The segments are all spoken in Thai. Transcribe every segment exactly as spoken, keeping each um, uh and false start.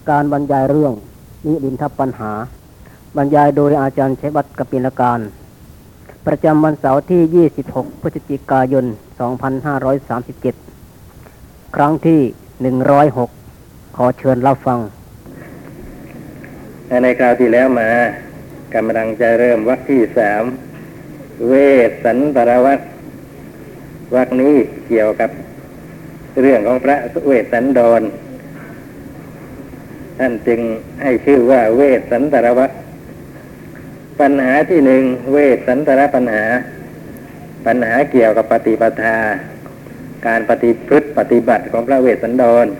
การบรรยายเรื่องนิรินทปัญหาบรรยายโดยอาจารย์ชัยวัฒน์กปิลการประจำวันเสาร์ที่ ยี่สิบหก พฤศจิกายน สองพันห้าร้อยสามสิบเจ็ด ครั้งที่ หนึ่งร้อยหก ขอเชิญรับฟังในคราวที่แล้วมากำลังจะเริ่มวรรคที่สามเวสสันตรวรรควรรคนี้เกี่ยวกับเรื่องของพระเวสสันดรท่านจึงให้ชื่อว่าเวสสันตรวรรคปัญหาที่หนึ่งเวสสันตรปัญหาปัญหาเกี่ยวกับปฏิปทาการปฏิพฤติปฏิบัติของพระเวสสันดร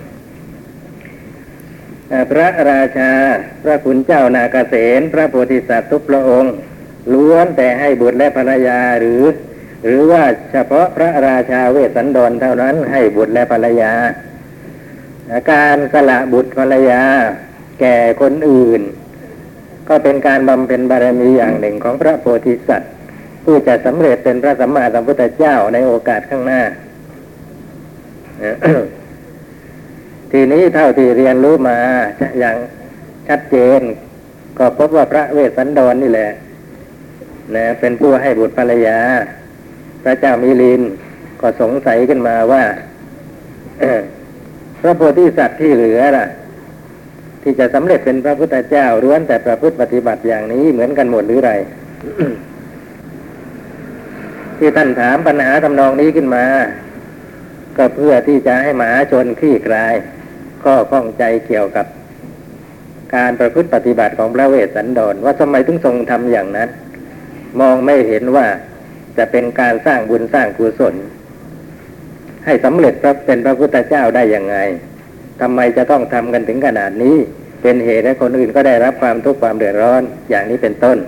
พระราชาพระคุณเจ้านาคเสนพระโพธิสัตว์ทุกพระองค์ล้วนแต่ให้บุตรและภรรยาหรือหรือว่าเฉพาะพระราชาเวสสันดรเท่านั้นให้บุตรและภรรยาการสละบุตรภรรยาแก่คนอื่นก็เป็นการบำเพ็ญบารมีอย่างหนึ่งของพระโพธิสัตว์ผู้จะสำเร็จเป็นพระสัมมาสัมพุทธเจ้าในโอกาสข้างหน้า ทีนี้เท่าที่เรียนรู้มาอย่างชัดเจนก็พบว่าพระเวสสันดรนี่แหละนะเป็นผู้ให้บุตรภรรยาพระเจ้ามิลินก็สงสัยขึ้นมาว่า พระโพธิสัตว์ที่เหลือล่ะที่จะสำเร็จเป็นพระพุทธเจ้าล้วนแต่ประพฤติปฏิบัติอย่างนี้เหมือนกันหมดหรือไร ที่ท่านถามปัญหาทำนองนี้ขึ้นมาก็เพื่อที่จะให้มหาชนคลี่คลายข้อข้องใจเกี่ยวกับการประพฤติปฏิบัติของพระเวสสันดรว่าทำไมถึงทรงทำอย่างนั้นมองไม่เห็นว่าจะเป็นการสร้างบุญสร้างกุศลให้สำเร็จเป็นพระพุทธเจ้าได้อย่างไงทำไมจะต้องทำกันถึงขนาดนี้เป็นเหตุให้คนอื่นก็ได้รับความทุกข์ความเดือดร้อนอย่างนี้เป็นต้น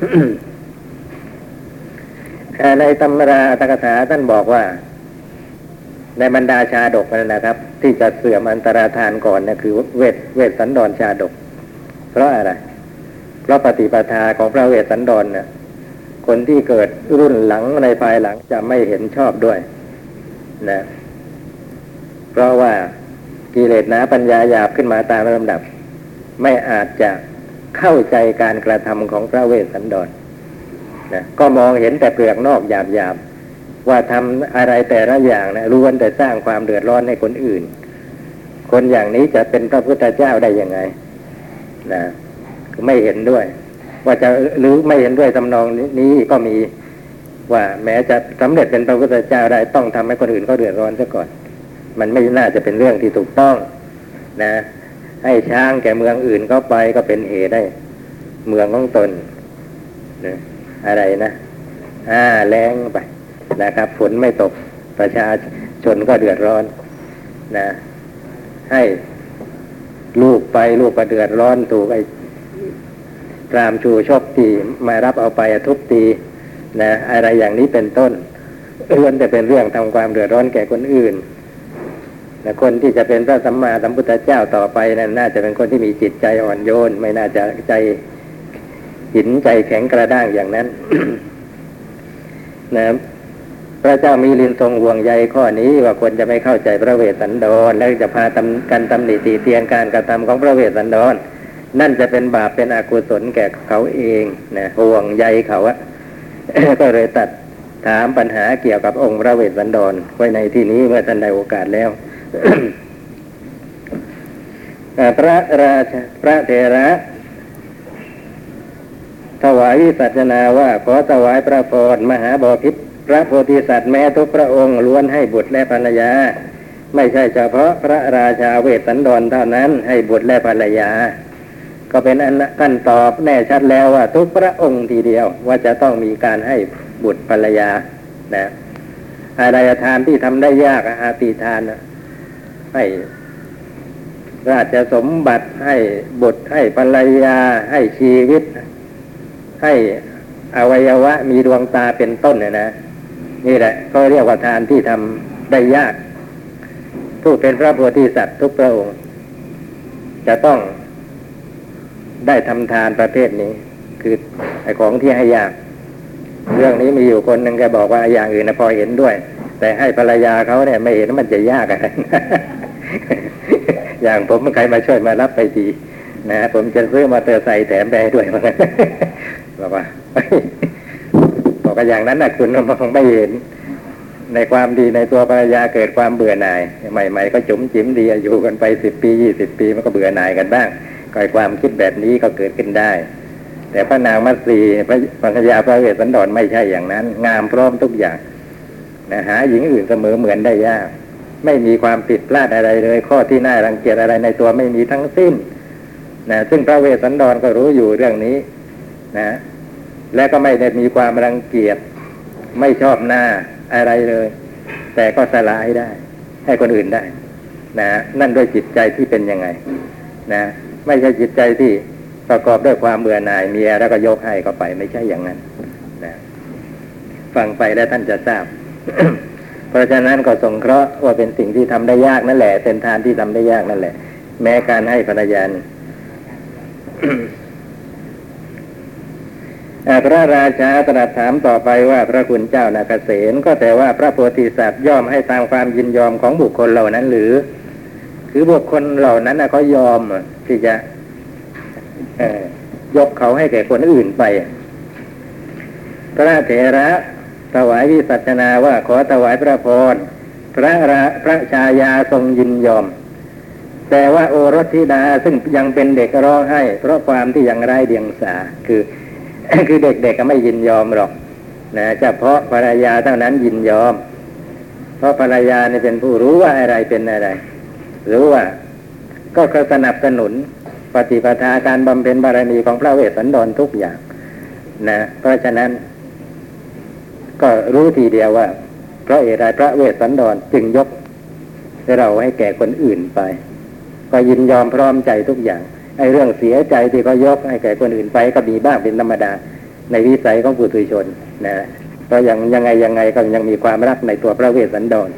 ในตำราอัตถกถาท่านบอกว่าในบรรดาชาดกนั่นนะครับที่จะเสื่อมอันตรธานก่อนนะคือเวสเวสสันดรชาดกเพราะอะไรเพราะปฏิปทาของพระเวสสันดรเนี่ยคนที่เกิดรุ่นหลังในภายหลังจะไม่เห็นชอบด้วยนะเพราะว่ากิเลสหนาปัญญาหยาบขึ้นมาตามลำดับไม่อาจจะเข้าใจการกระทำของพระเวสสันดรนะก็มองเห็นแต่เปลือกนอกหยาบๆว่าทำอะไรแต่ละอย่างนะล้วนแต่สร้างความเดือดร้อนให้คนอื่นคนอย่างนี้จะเป็นพระพุทธเจ้าได้ยังไงนะไม่เห็นด้วยว่าจะหรือไม่เห็นด้วยทำนองนี้ก็มีว่าแม้จะสำเร็จเป็นพระพุทธเจ้าได้ต้องทำให้คนอื่นเขาเดือดร้อนซะก่อนมันไม่น่าจะเป็นเรื่องที่ถูกต้องนะให้ช้างแก่เมืองอื่นเข้าไปก็เป็นเหตุได้เมืองของตนนะอะไรนะอ่าแล้งไปนะครับฝนไม่ตกประชาชนก็เดือดร้อนนะให้ลูกไปลูกก็เดือดร้อนถูกไอ้พรามชูชอบตีมารับเอาไปทุบตีนะอะไรอย่างนี้เป็นต้นล้วนแต่เป็นเรื่องทำความเดือดร้อนแก่คนอื่นนะคนที่จะเป็นพระสัมมาสัมพุทธเจ้าต่อไปนั้นน่าจะเป็นคนที่มีจิตใจอ่อนโยนไม่น่าจะใจหินใจแข็งกระด้างอย่างนั้น นะพระเจ้ามิลินทรงห่วงใยข้อนี้ว่าคนจะไม่เข้าใจพระเวสสันดรและจะพาตำกันตำหนิตีเตียนการกระทำของพระเวสสันดรนั่นจะเป็นบาปเป็นอกุศลแก่เขาเองนะห่วงใยเขาอะ ก็เลยตัดถามปัญหาเกี่ยวกับองค์พระเวสสันดรไว้ในที่นี้เมื่อท่านได้โอกาสแล้ว พระราชพระเถระถวายวิสัชนาว่าขอถวายพระพรมหาบพิตรพระโพธิสัตว์แม้ทุกพระองค์ล้วนให้บุตรและภรรยาไม่ใช่เฉพาะพระราชาเวสสันดรเท่านั้นให้บุตรและภรรยาก็เป็นอันขั้นตอบแน่ชัดแล้วว่าทุกพระองค์ทีเดียวว่าจะต้องมีการให้บุตรภรรยานะอะไรทานที่ทำได้ยากอาติทานให้ราชสมบัติให้บุตรให้ภรรยาให้ชีวิตให้อวัยวะมีดวงตาเป็นต้นเนี่ยนะนี่แหละก็เรียกว่าทานที่ทำได้ยากผู้เป็นพระโพธิสัตว์ทุกพระองค์จะต้องได้ทำทานประเภทนี้คือไอ้ของที่ให้ยากเรื่องนี้มีอยู่คนหนึ่งแกบอกว่าอย่างอื่นนะพอเห็นด้วยแต่ให้ภรรยาเขาเนี่ยไม่เห็นมันจะยากอะไรอย่างผมใครมาช่วยมารับไปทีนะผมจะซื้อมอเตอร์ไซค์แถมไปด้วยเหมือนกันบอกว่าบอกว่าอย่างนั้นนะคุณมองไม่เห็นในความดีในตัวภรรยาเกิดความเบื่อหน่ายใหม่ๆก็จุ๋มจิ๋มดีอยู่กันไปสิบปียี่สิบปีมันก็เบื่อหน่ายกันบ้างก็ความคิดแบบนี้ก็เกิดขึ้นได้แต่พระนางมัตสีพระภรรยาพระเวสสันดรไม่ใช่อย่างนั้นงามพร้อมทุกอย่างนะหาหญิงอื่นเสมอเหมือนได้ยากไม่มีความผิดพลาดอะไรเลยข้อที่น่ารังเกียจอะไรในตัวไม่มีทั้งสิ้นนะซึ่งพระเวสสันดรก็รู้อยู่เรื่องนี้นะและก็ไม่ได้มีความรังเกียจไม่ชอบหน้าอะไรเลยแต่ก็สละให้ได้ให้คนอื่นได้นะนั่นด้วยจิตใจที่เป็นยังไงนะไม่ใช่จิตใจที่ประกอบด้วยความเบื่อหน่ายเมียแล้วก็ยกให้ก็ไปไม่ใช่อย่างนั้นนะฟังไปแล้วท่านจะทราบ เพราะฉะนั้นก็สงเคราะห์ว่าเป็นสิ่งที่ทำได้ยากนั่นแหละเป็นทานที่ทำได้ยากนั่นแหละแม้การให้ภรรยา พระราชาตรัสถามต่อไปว่าพระคุณเจ้านาคเสนก็แต่ว่าพระโพธิสัตว์ย่อมให้ตามความยินยอมของบุคคลเหล่านั้นหรือคือบุคคลเหล่านั้นเขายอมที่จะยกเขาให้แก่คนอื่นไปพระเถระถวายวิสัชนาว่าขอถวายพระพรพระราพระชายาทรงยินยอมแต่ว่าโอรสธิดาซึ่งยังเป็นเด็กร้องไห้เพราะความที่ยังไร้เดียงสาคือ คือเด็กๆ ก็ไม่ยินยอมหรอกนะเฉพาะภรรยาเท่านั้นยินยอมเพราะภรรยานี่เป็นผู้รู้ว่าอะไรเป็นอะไรรู้ว่าก็สนับสนุนปฏิปทาการบำเพ็ญบารมีของพระเวสสันดรทุกอย่างนะเพราะฉะนั้นก็รู้ทีเดียวว่าเพราะเหตุใดพระเวสสันดรจึงยกเราให้แก่คนอื่นไปก็ยินยอมพร้อมใจทุกอย่างไอ้เรื่องเสียใจที่เขายกให้แก่คนอื่นไปก็มีบ้างเป็นธรรมดาในวิสัยของปุถุชนนะเพราะยังยังไงยังไงก็ยังมีความรักในตัวพระเวสสันดร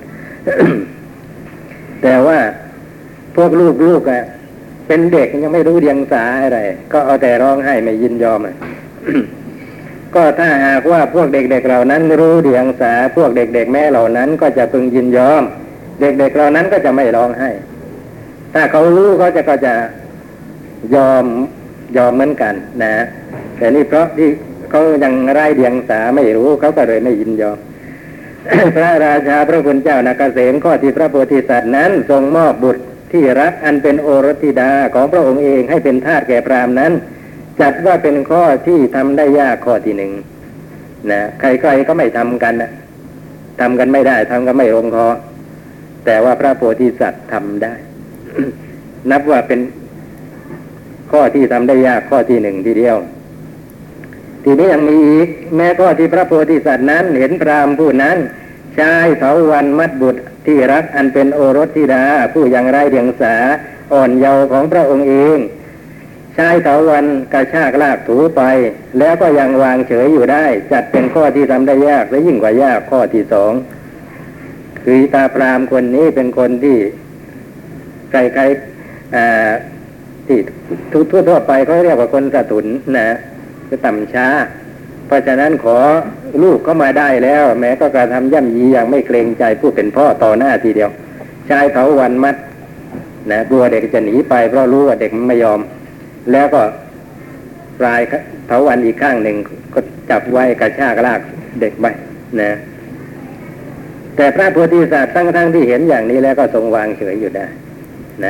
แต่ว่าพวกลูกๆอ่ะเป็นเด็กยังไม่รู้เดียงสาอะไรก็เอาแต่ร้องไห้ไม่ยินยอม ก็ถ้าหากว่าพวกเด็กๆเหล่านั้นรู้เดียงสาพวกเด็กๆแม่เหล่านั้นก็จะพึงยินยอมเด็กๆเหล่านั้นก็จะไม่ร้องไห้ถ้าเขารู้เขาจะก็จะยอมยอมเหมือนกันนะแต่นี่เพราะที่เขายังไร้เดียงสาไม่รู้เขาก็เลยไม่ยินยอม พระราชาพระคุณเจ้านาคเสนข้อที่พระโพธิสัตว์นั้นทรงมอบบุตรที่รักอันเป็นโอรสธิดาของพระองค์เองให้เป็นทาสแก่พราหมณ์นั้นจัดว่าเป็นข้อที่ทำได้ยากข้อที่หนึ่งนะใครๆก็ไม่ทำกันนะทำกันไม่ได้ทำกันไม่ลงคอแต่ว่าพระโพธิสัตว์ทำได้ นับว่าเป็นข้อที่ทำได้ยากข้อที่หนึ่งทีเดียวทีนี้ยังมีอีกแม้ข้อที่พระโพธิสัตว์นั้นเห็นพราหมณ์ผู้นั้นชายเถาวัลย์มัดบุตรที่รักอันเป็นโอรสธิดาผู้ยังไร้เดียงสาอ่อนเยาว์ของพระองค์เองชายเถาวัลย์กระชากลากถูไปแล้วก็ยังวางเฉยอยู่ได้จัดเป็นข้อที่ทำได้ยากและยิ่งกว่ายากข้อที่สองคือตาพราหมณ์คนนี้เป็นคนที่ใครๆอ่าที่ทั่วๆไปเขาเรียกว่าคนสะทุนนะจะต่ำช้าเพราะฉะนั้นขอลูกเข้ามาได้แล้วแม้ก็การทำย่ำยีอย่างไม่เกรงใจผู้เป็นพ่อต่อหน้าทีเดียวชายเถาวัลย์มัดนะกลัวเด็กจะหนีไปเพราะรู้ว่าเด็กมันไม่ยอมแล้วก็ปลายเถาวัลย์อีกข้างหนึ่งก็จับไว้กระชากลากเด็กไปนะแต่พระโพธิสัตว์ทั้งๆที่เห็นอย่างนี้แล้วก็ทรงวางเฉยอยู่ได้นะ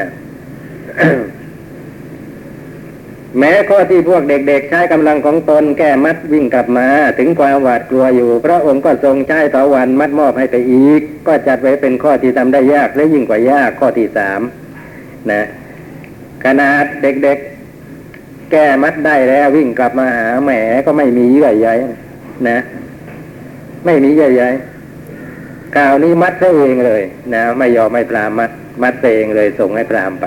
แม้ข้อที่พวกเด็กๆใช้กำลังของตนแก้มัดวิ่งกลับมาถึงความหวาดกลัวอยู่พระองค์ก็ทรงใช้เถาวัลย์มัดมอบให้ไปอีกก็จัดไว้เป็นข้อที่ทำได้ยากและยิ่งกว่ายากข้อที่สามนะขนาดเด็กๆแก้มัดได้แล้ววิ่งกลับมาหาแหมก็ไม่มีเยื่อใยนะไม่มีเยื่อใยคราวนี้มัดซะเองเลยนะไม่ยอมให้พราหมณ์มัดมัดเองเลยส่งให้พราหมณ์ไป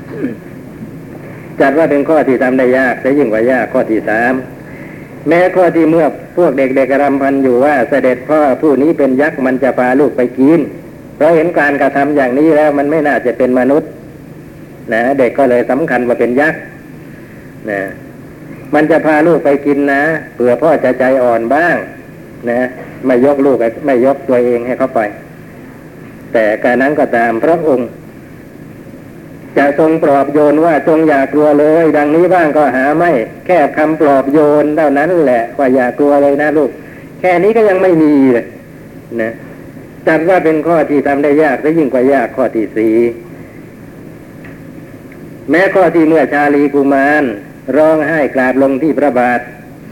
จัดว่าเป็นข้อที่ทำได้ยากแต่ยิ่งกว่ายากข้อที่สามแม้ข้อที่เมื่อพวกเด็กๆรำพันอยู่ว่าเสด็จพ่อผู้นี้เป็นยักษ์มันจะพาลูกไปกินเพราะเห็นการกระทำอย่างนี้แล้วมันไม่น่าจะเป็นมนุษย์นะเด็กก็เลยสำคัญว่าเป็นยักษ์นะมันจะพาลูกไปกินนะเผื่อพ่อจะใจอ่อนบ้างนะไม่ยกลูกไม่ยกตัวเองให้เขาไปแต่การนั้นก็ตามพระองค์จะทรงปลอบโยนว่าจงอย่ากลัวเลยดังนี้บ้างก็หาไม่แค่คำปลอบโยนเท่านั้นแหละว่าอย่ากลัวเลยนะลูกแค่นี้ก็ยังไม่มีเลยนะจัดว่าเป็นข้อที่ทำได้ยากและยิ่งกว่ายากข้อที่สี่แม้ข้อที่เมื่อชาลีกุมารร้องไห้กราบลงที่พระบาท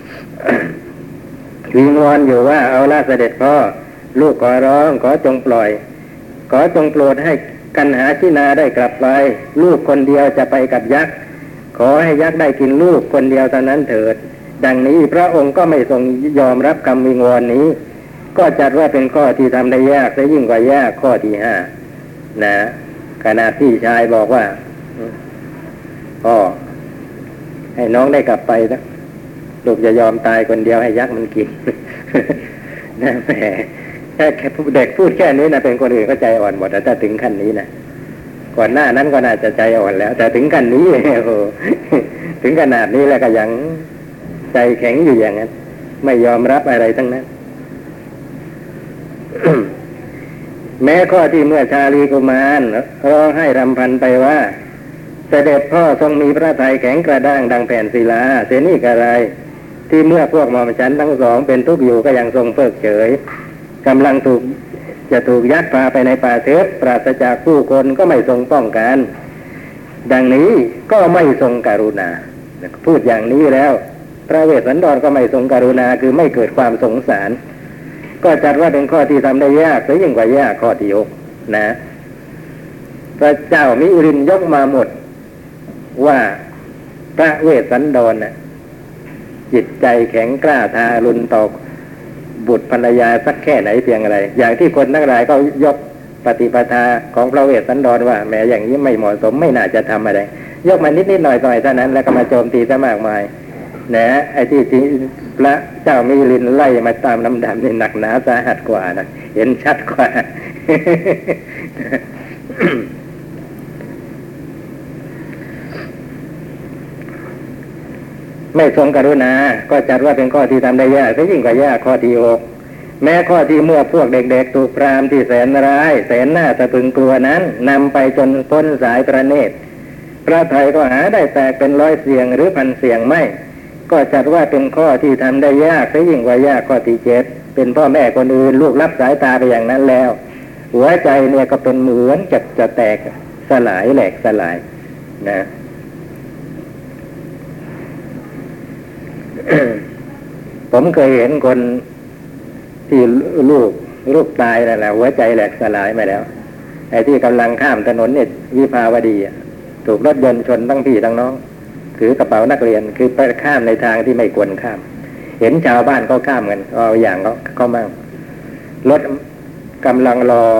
วิงวอนอยู่ว่าเอาละเสด็จพ่อลูกขอร้องขอจงปล่อยขอจงโปรดให้กันหาชินาได้กลับไปลูกคนเดียวจะไปกับยักษ์ขอให้ยักษ์ได้กินลูกคนเดียวเท่านั้นเถิดดังนี้พระองค์ก็ไม่ทรงยอมรับคำวิงวอนนี้ก็จัดว่าเป็นข้อที่ทำได้ยากและยิ่งกว่ายากข้อที่ห้านะขณะพี่ชายบอกว่าพ่อให้น้องได้กลับไปนะลูกจะยอมตายคนเดียวให้ยักษ์มันกิน นะแหมแค่เด็กพูดแค่นี้นะเป็นคนอื่นก็ใจอ่อนหมดแต่ถ้าถึงขั้นนี้นะก่อนหน้านั้นก็น่าจะใจอ่อนแล้วแต่ถึงขั้นนี้โอ้โหถึงขนาดนี้แล้วก็ยังใจแข็งอยู่อย่างนั้นไม่ยอมรับอะไรทั้งนั้น แม้ข้อที่เมื่อชาลีกุมารร้องให้รำพันไปว่าเสด็จพ่อทรงมีพระทัยแข็งกระด้างดังแผ่นศิลาเสนี่กระไรที่เมื่อพวกหม่อมฉันทั้งสองเป็นทุกข์อยู่ก็ยังทรงเพิกเฉยกำลังถูกจะถูกยัดพาไปในป่าเทพปราศจากผู้คนก็ไม่ทรงป้องกันดังนี้ก็ไม่ทรงกรุณาพูดอย่างนี้แล้วพระเวสสันดรก็ไม่ทรงกรุณาคือไม่เกิดความสงสารก็จัดว่าเป็นข้อที่ทำได้ยากและยิ่งกว่ายากข้อที่หกนะพระเจ้ามิรินยกมาหมดว่าพระเวสสันดรน่ะจิตใจแข็งกล้าทารุณต่อบุตรภรรยาสักแค่ไหนเพียงอะไรอย่างที่คนทั้งหลายก็ยกปฏิปทาของพระเวสสันดรว่าแม้อย่างนี้ไม่เหมาะสมไม่น่าจะทำอะไรยกมานิดนิดหน่อยหน่อยเท่านั้นแล้วก็มาโจมตีซะมากมายนะไอ้ที่ที่พระเจ้ามิลินไล่มาตามลำดับนี่หนักหนาสาหัสกว่านะเห็นชัดกว่า ไม่ทรงกรุณาก็จัดว่าเป็นข้อที่ทำได้ยากและยิ่งกว่ายากข้อที่หกแม้ข้อที่เมื่อพวกเด็กๆถูกพรามที่แสนร้ายแสนน่าสะพรึงกลัวนั้นนำไปจนพ้นสายพระเนตรพระทัยก็หาได้แตกเป็นร้อยเสียงหรือพันเสียงไม่ก็จัดว่าเป็นข้อที่ทำได้ยากและยิ่งกว่ายากข้อที่เจ็ดเป็นพ่อแม่คนอื่นลูกรับสายตาไปอย่างนั้นแล้วหัวใจเนี่ยก็เป็นเหมือนจะจะแตกสลายแหลกสลายนะ ผมเคยเห็นคนที่ลูกลูกตายนั่นแหละหัวใจแหลกสลายมาแล้วไอ้ที่กำลังข้ามถนนเนี่ยวิภาวดีถูกรถยนต์ชนทั้งพี่ทั้งน้องถือกระเป๋านักเรียนคือไปข้ามในทางที่ไม่ควรข้ามเห็นชาวบ้านเขาข้ามกันเอาอย่างเขาเขาบ้างรถกำลังรอ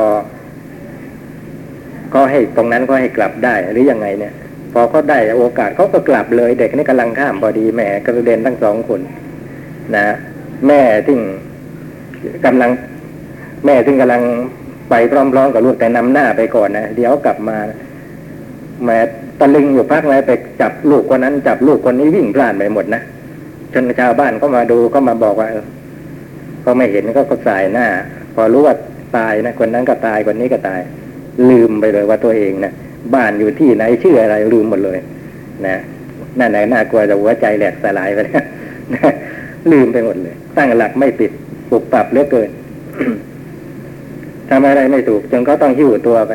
ก็ให้ตรงนั้นก็ให้กลับได้หรือยังไงเนี่ยพอเขาได้โอกาสเขาก็กลับเลยเด็กนี่กำลังข้ามพอดีแม่กระเด็นทั้งสองคนนะแม่ที่กำลังแม่ที่กำลังไปพร้อมๆกับลูกแต่นำหน้าไปก่อนนะเดี๋ยวกลับมาแม่ตะลึงอยู่พักไหนไปจับลูกคนนั้นจับลูกคนนี้วิ่งพล่านไปหมดนะจนชาวบ้านก็มาดูก็มาบอกว่าเขาไม่เห็นก็ก็สายหน้าพอรู้ว่าตายนะคนนั้นก็ตายคนนี้ก็ตายลืมไปเลยว่าตัวเองนะบ้านอยู่ที่ไหนชื่ออะไรลืมหมดเลยนะนั่นไหนน่ากลัวจะหัวใจแหลกสลายไปแล้วลืมไปหมดเลยตั้งหลักไม่ติดปรับปรับเหลือเกิน ทำอะไรไม่ถูกจนก็ต้องหิ้วตัวไป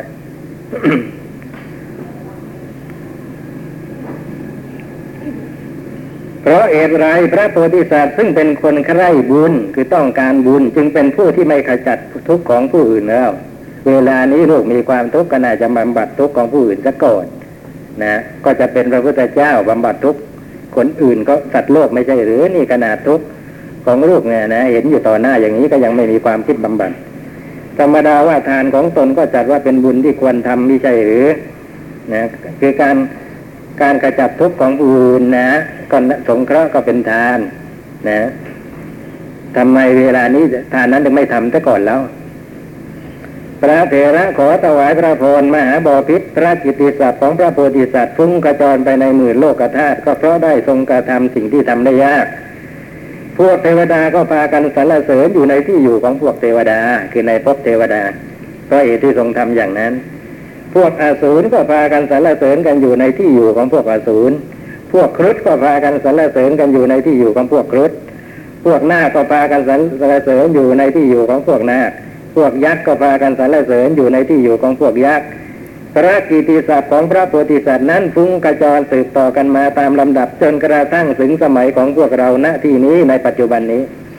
เพราะเหตุไรพระโพธิสัตว์ซึ่งเป็นคนใคร่บุญคือต้องการบุญจึงเป็นผู้ที่ไม่ขจัดทุกข์ของผู้อื่นแล้วเวลานี้ลูกมีความทุกข์ก็น่าจะบำบัดทุกข์ของผู้อื่นซะก่อนนะก็จะเป็นพระพุทธเจ้าบำบัดทุกข์คนอื่นก็สัตว์โลกไม่ใช่หรือนี่ขนาดทุกข์ของลูกเนี่ยนะเห็นอยู่ต่อหน้าอย่างนี้ก็ยังไม่มีความคิดบำบัดธรรมดาว่าทานของตนก็จัดว่าเป็นบุญที่ควรทำไม่ใช่หรือนะคือการการขจัดทุกข์ของผู้อื่นนะก็สงเคราะห์ก็เป็นทานนะทำไมเวลานี้ทานนั้นถึงไม่ทำซะก่อนแล้วพระเถระขอถวายพระพรมหาบพิตรพระกิตติศัพท์ของพระโพธิสัตว์ฟุ้งกระจรไปในหมื่นโลกธาตุก็เพราะได้ทรงกระทำสิ่งที่ทำได้ยากพวกเทวดาก็พากันสรรเสริญอยู่ในที่อยู่ของพวกเทวดาคือในภพเทวดาเพราะเหตุที่ทรงทำอย่างนั้นพวกอสูรก็พากันสรรเสริญกันอยู่ในที่อยู่ของพวกอสูรพวกครุฑก็พากันสรรเสริญกันอยู่ในที่อยู่ของพวกครุฑพวกนาคก็พากันสรรเสริญอยู่ในที่อยู่ของพวกนาคพวกยักษ์ก็พากันสรรเสริญอยู่ในที่อยู่ของพวกยักษ์พระกิตติศัพท์ของพระโพธิสัตว์นั้นฟุ้งกระจรสืบต่อกันมาตามลำดับจนกระทั่งถึงสมัยของพวกเราณที่นี้ในปัจจุบันนี้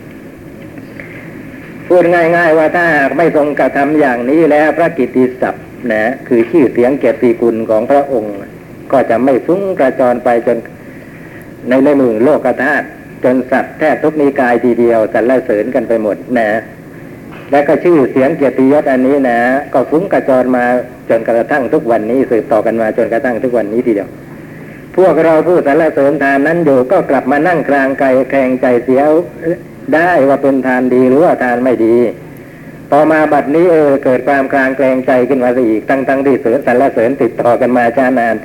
พูดง่ายๆว่าถ้าไม่ทรงกระทำอย่างนี้แล้วพระกิตติศัพท์นะคือชื่อเสียงเกียรติคุณของพระองค์ก็จะไม่ฟุ้งกระจรไปจนในในหมู่โลกธาตุจนสัตว์แทบทุกนิกายทีเดียวสรรเสริญกันไปหมดนะและก็ชื่อเสียงเกียรติยศอันนี้นะก็ฟุ้งกระจรมาจนกระทั่งทุกวันนี้สืบต่อกันมาจนกระทั่งทุกวันนี้ทีเดียวพวกเราผู้สรรเสริญทานนั้นอยู่ก็กลับมานั่งกลางไกลแข่งใจเสียได้ว่าเป็นทานดีหรือว่าทานไม่ดีต่อมาบัดนี้เออเกิดความคลางแคลงใจขึ้นมาอีกตั้งตั้งที่เสริญสรรเสริญติดต่อกันมาช้านาน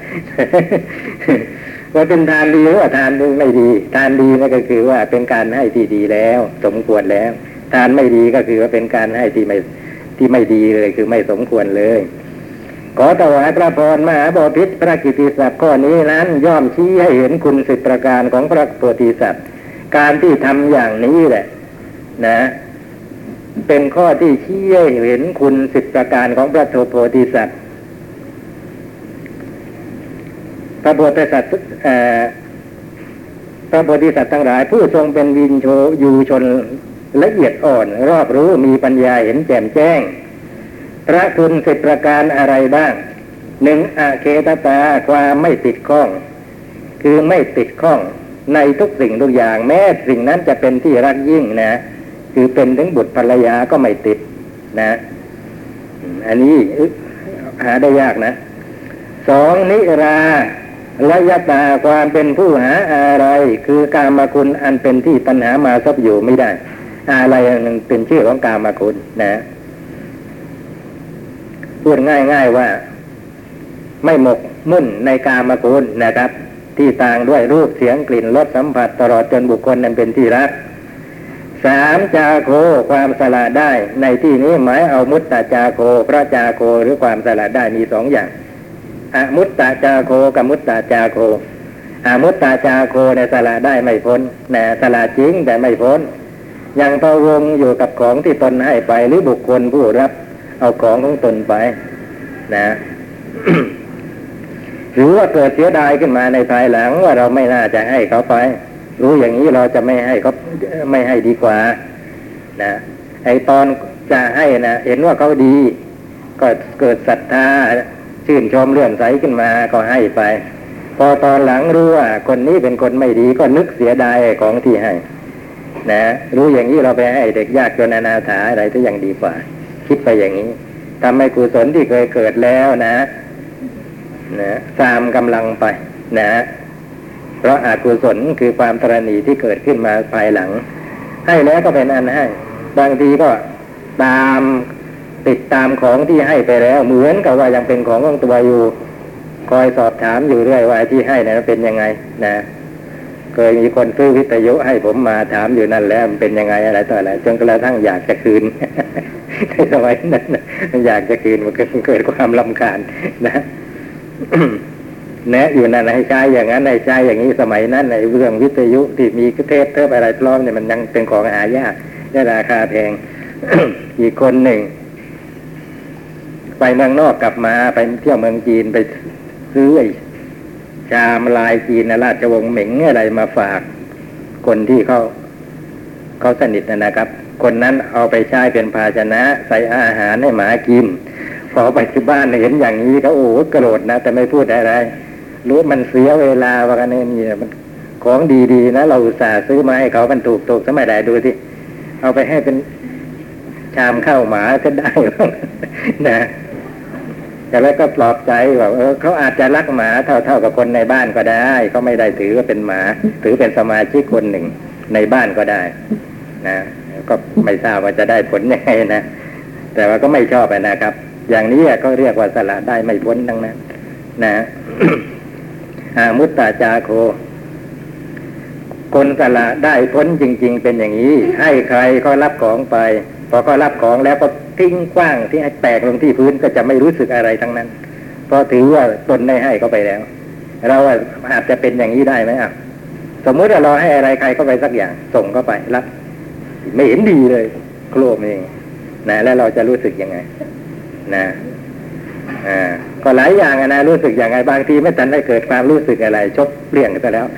ว่าเป็นทานดีหรือว่าทานไม่ดีทานดีนั่นก็คือว่าเป็นการให้ที่ดีแล้วสมควรแล้วทานไม่ดีก็คือว่าเป็นการให้ที่ไม่ที่ไม่ดีเลยคือไม่สมควรเลยขอถวายพระพรมหาบพิตรพระกิตติศัพท์ข้อนี้นั้นย่อมชี้ให้เห็นคุณสิบประการของพระโพธิสัตว์การที่ทำอย่างนี้แหละนะเป็นข้อที่ชี้ให้เห็นคุณสิบประการของพระโพธิสัตว์พระโพธิสัตว์พระโพธิสัตว์ทั้งหลายผู้ทรงเป็นวินโชยูชนละเอียดอ่อนรอบรู้มีปัญญาเห็นแจ่มแจ้งพระคุณสิบประการอะไรบ้างหนึ่งอเคตตาความไม่ติดข้องคือไม่ติดข้องในทุกสิ่งทุกอย่างแม้สิ่งนั้นจะเป็นที่รักยิ่งนะคือเป็นถึงบุตรภรรยาก็ไม่ติดนะอันนี้หาได้ยากนะสองนิราระยตาความเป็นผู้หาอะไรคือกามคุณอันเป็นที่ตัณหามาซบอยู่ไม่ได้อะไรนึงเป็นชื่อของกามคุณนะพูดง่ายๆว่าไม่หมกมุ่นในกามคุณนะครับที่ต่างด้วยรูปเสียงกลิ่นรสสัมผัสตลอดจนบุคคลนั้นเป็นที่รักสามจาโคความสละได้ในที่นี้หมายเอามุตตจาโคพระจาโคหรือความสละได้มีสองอย่างอมุตตจาโคกับมุตตจาโคอมุตตจาโคในสละได้ไม่พ้นนะสละจริงแต่ไม่พ้นยังพะวงอยู่กับของที่ตนให้ไปหรือบุคคลผู้รับเอาของของตนไปนะ หรือว่าเกิดเสียดายขึ้นมาในภายหลังว่าเราไม่น่าจะให้เขาไปรู้อย่างนี้เราจะไม่ให้เขาไม่ให้ดีกว่านะไอตอนจะให้นะเห็นว่าเขาดีก็เกิดศรัทธาชื่นชมเลื่อมใสขึ้นมาก็ให้ไปพอตอนหลังรู้ว่าคนนี้เป็นคนไม่ดีก็นึกเสียดายของที่ให้นะรู้อย่างนี้เราไปให้เด็กยากจนอนาถาอะไรก็ยังดีกว่าคิดไปอย่างนี้ทำให้กุศลที่เคยเกิดแล้วนะนะตามกำลังไปนะเพราะอกุศลคือความตระหนี่ที่เกิดขึ้นมาภายหลังให้แล้วก็เป็นอันให้บางทีก็ตามติดตามของที่ให้ไปแล้วเหมือนกับว่ายังเป็นของของตัวอยู่คอยสอบถามอยู่เรื่อยว่าที่ให้นั้นเป็นยังไงนะเคยมีคนซื้อวิทยุให้ผมมาถามอยู่นั่นแล้วมันเป็นยังไงอะไรต่ออะไรจนกระทั่งอยากจะคืน ในสมัยนั้นอยากจะคืนมันเกิดความรำคาญนะแนะอยู่นั่นให้ใช้อย่างนั้นให้ใช้อย่างนี้สมัยนั้นในเรื่องวิทยุที่มีเทปเทปอะไรพร้อมเนี่ยมันยังเป็นของหายากได้ราคาแพง อีกคนหนึ่งไปเมืองนอกกลับมาไปเที่ยวเมืองจีนไปซื้อไอ้ชามลายจีนนะราชวงศ์เหม็งอะไรมาฝากคนที่เขาเขาสนิทนะครับคนนั้นเอาไปใช้เป็นภาชนะใส่อาหารให้หมากินพอไปที่บ้านเห็นอย่างนี้ก็โอ้โกรธนะแต่ไม่พูดอะไรรู้มันเสียเวลาว่ากันนี่มันของดีๆนะเราอุตส่าห์ซื้อมาให้เขามันถูกถูกสมัยใดดูสิเอาไปให้เป็นชามข้าวหมาจะได้นะแต่แล้วก็ปลอบใจว่าเออเขาอาจจะรักหมาเท่าๆกับคนในบ้านก็ได้เขาไม่ได้ถือว่าเป็นหมาถือเป็นสมาชิกคนหนึ่งในบ้านก็ได้นะก็ไม่ทราบว่าจะได้ผลยังไงนะแต่ว่าก็ไม่ชอบนะครับอย่างนี้ก็เรียกว่าสละได้ไม่พ้นทั้งนั้นนะ อามุตตจาโคคนสละได้พ้นจริงๆเป็นอย่างนี้ให้ใครก็รับของไปพอเขารับของแล้วก็ทิ้งกว้างที่ให้แตกลงที่พื้นก็จะไม่รู้สึกอะไรทั้งนั้นเพราะถือว่าตนได้ให้เขาไปแล้วเราอาจจะเป็นอย่างนี้ได้ไหมอ่ะสมมุติว่าเราให้อะไรใครเข้าไปสักอย่างส่งเข้าไปรับไม่เห็นดีเลยโกรธเองนะแล้วเราจะรู้สึกยังไงนะอ่าก็หลายอย่างนะรู้สึกอย่างไรบางทีไม่ทันได้เกิดความรู้สึกอะไรชกเปลี่ยงซะแล้ว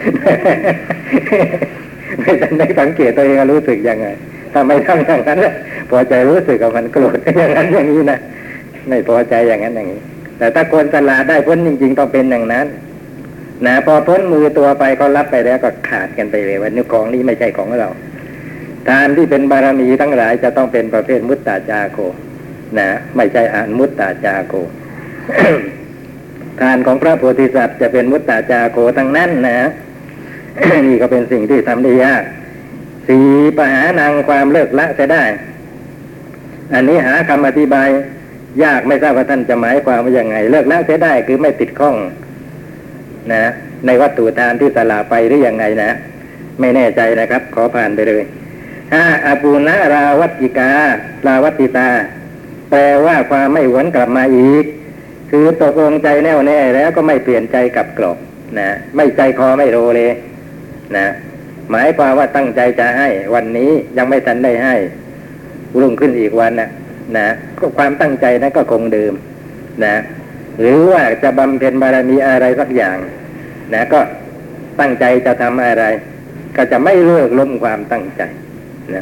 ไม่ทันได้สังเกตตัวเองรู้สึกยังไงถ้าไม่ทำอย่างนั้นพอใจรู้สึกกับมันโกรธอย่างนั้นอย่างนี้นะไม่พอใจอย่างนั้นอย่างนี้แต่ถ้าคนฉลาดได้พ้นจริงๆต้องเป็นอย่างนั้นนะพอพ้นมือตัวไปเขารับไปแล้วก็ขาดกันไปเลยว่านี่ของนี้ไม่ใช่ของเราทานที่เป็นบารมีทั้งหลายจะต้องเป็นประเภทมุตตาจาโกนะไม่ใช่อนุมุตตาจาโก ทานของพระโพธิสัตว์จะเป็นมุตตาจาโกทั้งนั้นนะ นี่ก็เป็นสิ่งที่ทำได้ยากสีปหานังความเลิกละจะได้อันนี้หาคำอธิบายยากไม่ทราบว่าท่านจะหมายความว่าอย่างไงเลิกละจะได้คือไม่ติดข้องนะในวัตถุทานที่สละไปหรือยังไงนะไม่แน่ใจนะครับขอผ่านไปเลยห้าอปุณราวัติการาวัติตาแปลว่าความไม่หวนกลับมาอีกคือตกลงใจแน่วแน่แล้วก็ไม่เปลี่ยนใจกลับกรอกนะไม่ใจคอไม่โรเลยนะหมายความว่าตั้งใจจะให้วันนี้ยังไม่ทันได้ให้รุ่งขึ้นอีกวันนะนะความตั้งใจนั้นก็คงเดิมนะหรือว่าจะบำเพ็ญบารมีอะไรสักอย่างนะก็ตั้งใจจะทำอะไรก็จะไม่เลิกล้มความตั้งใจนะ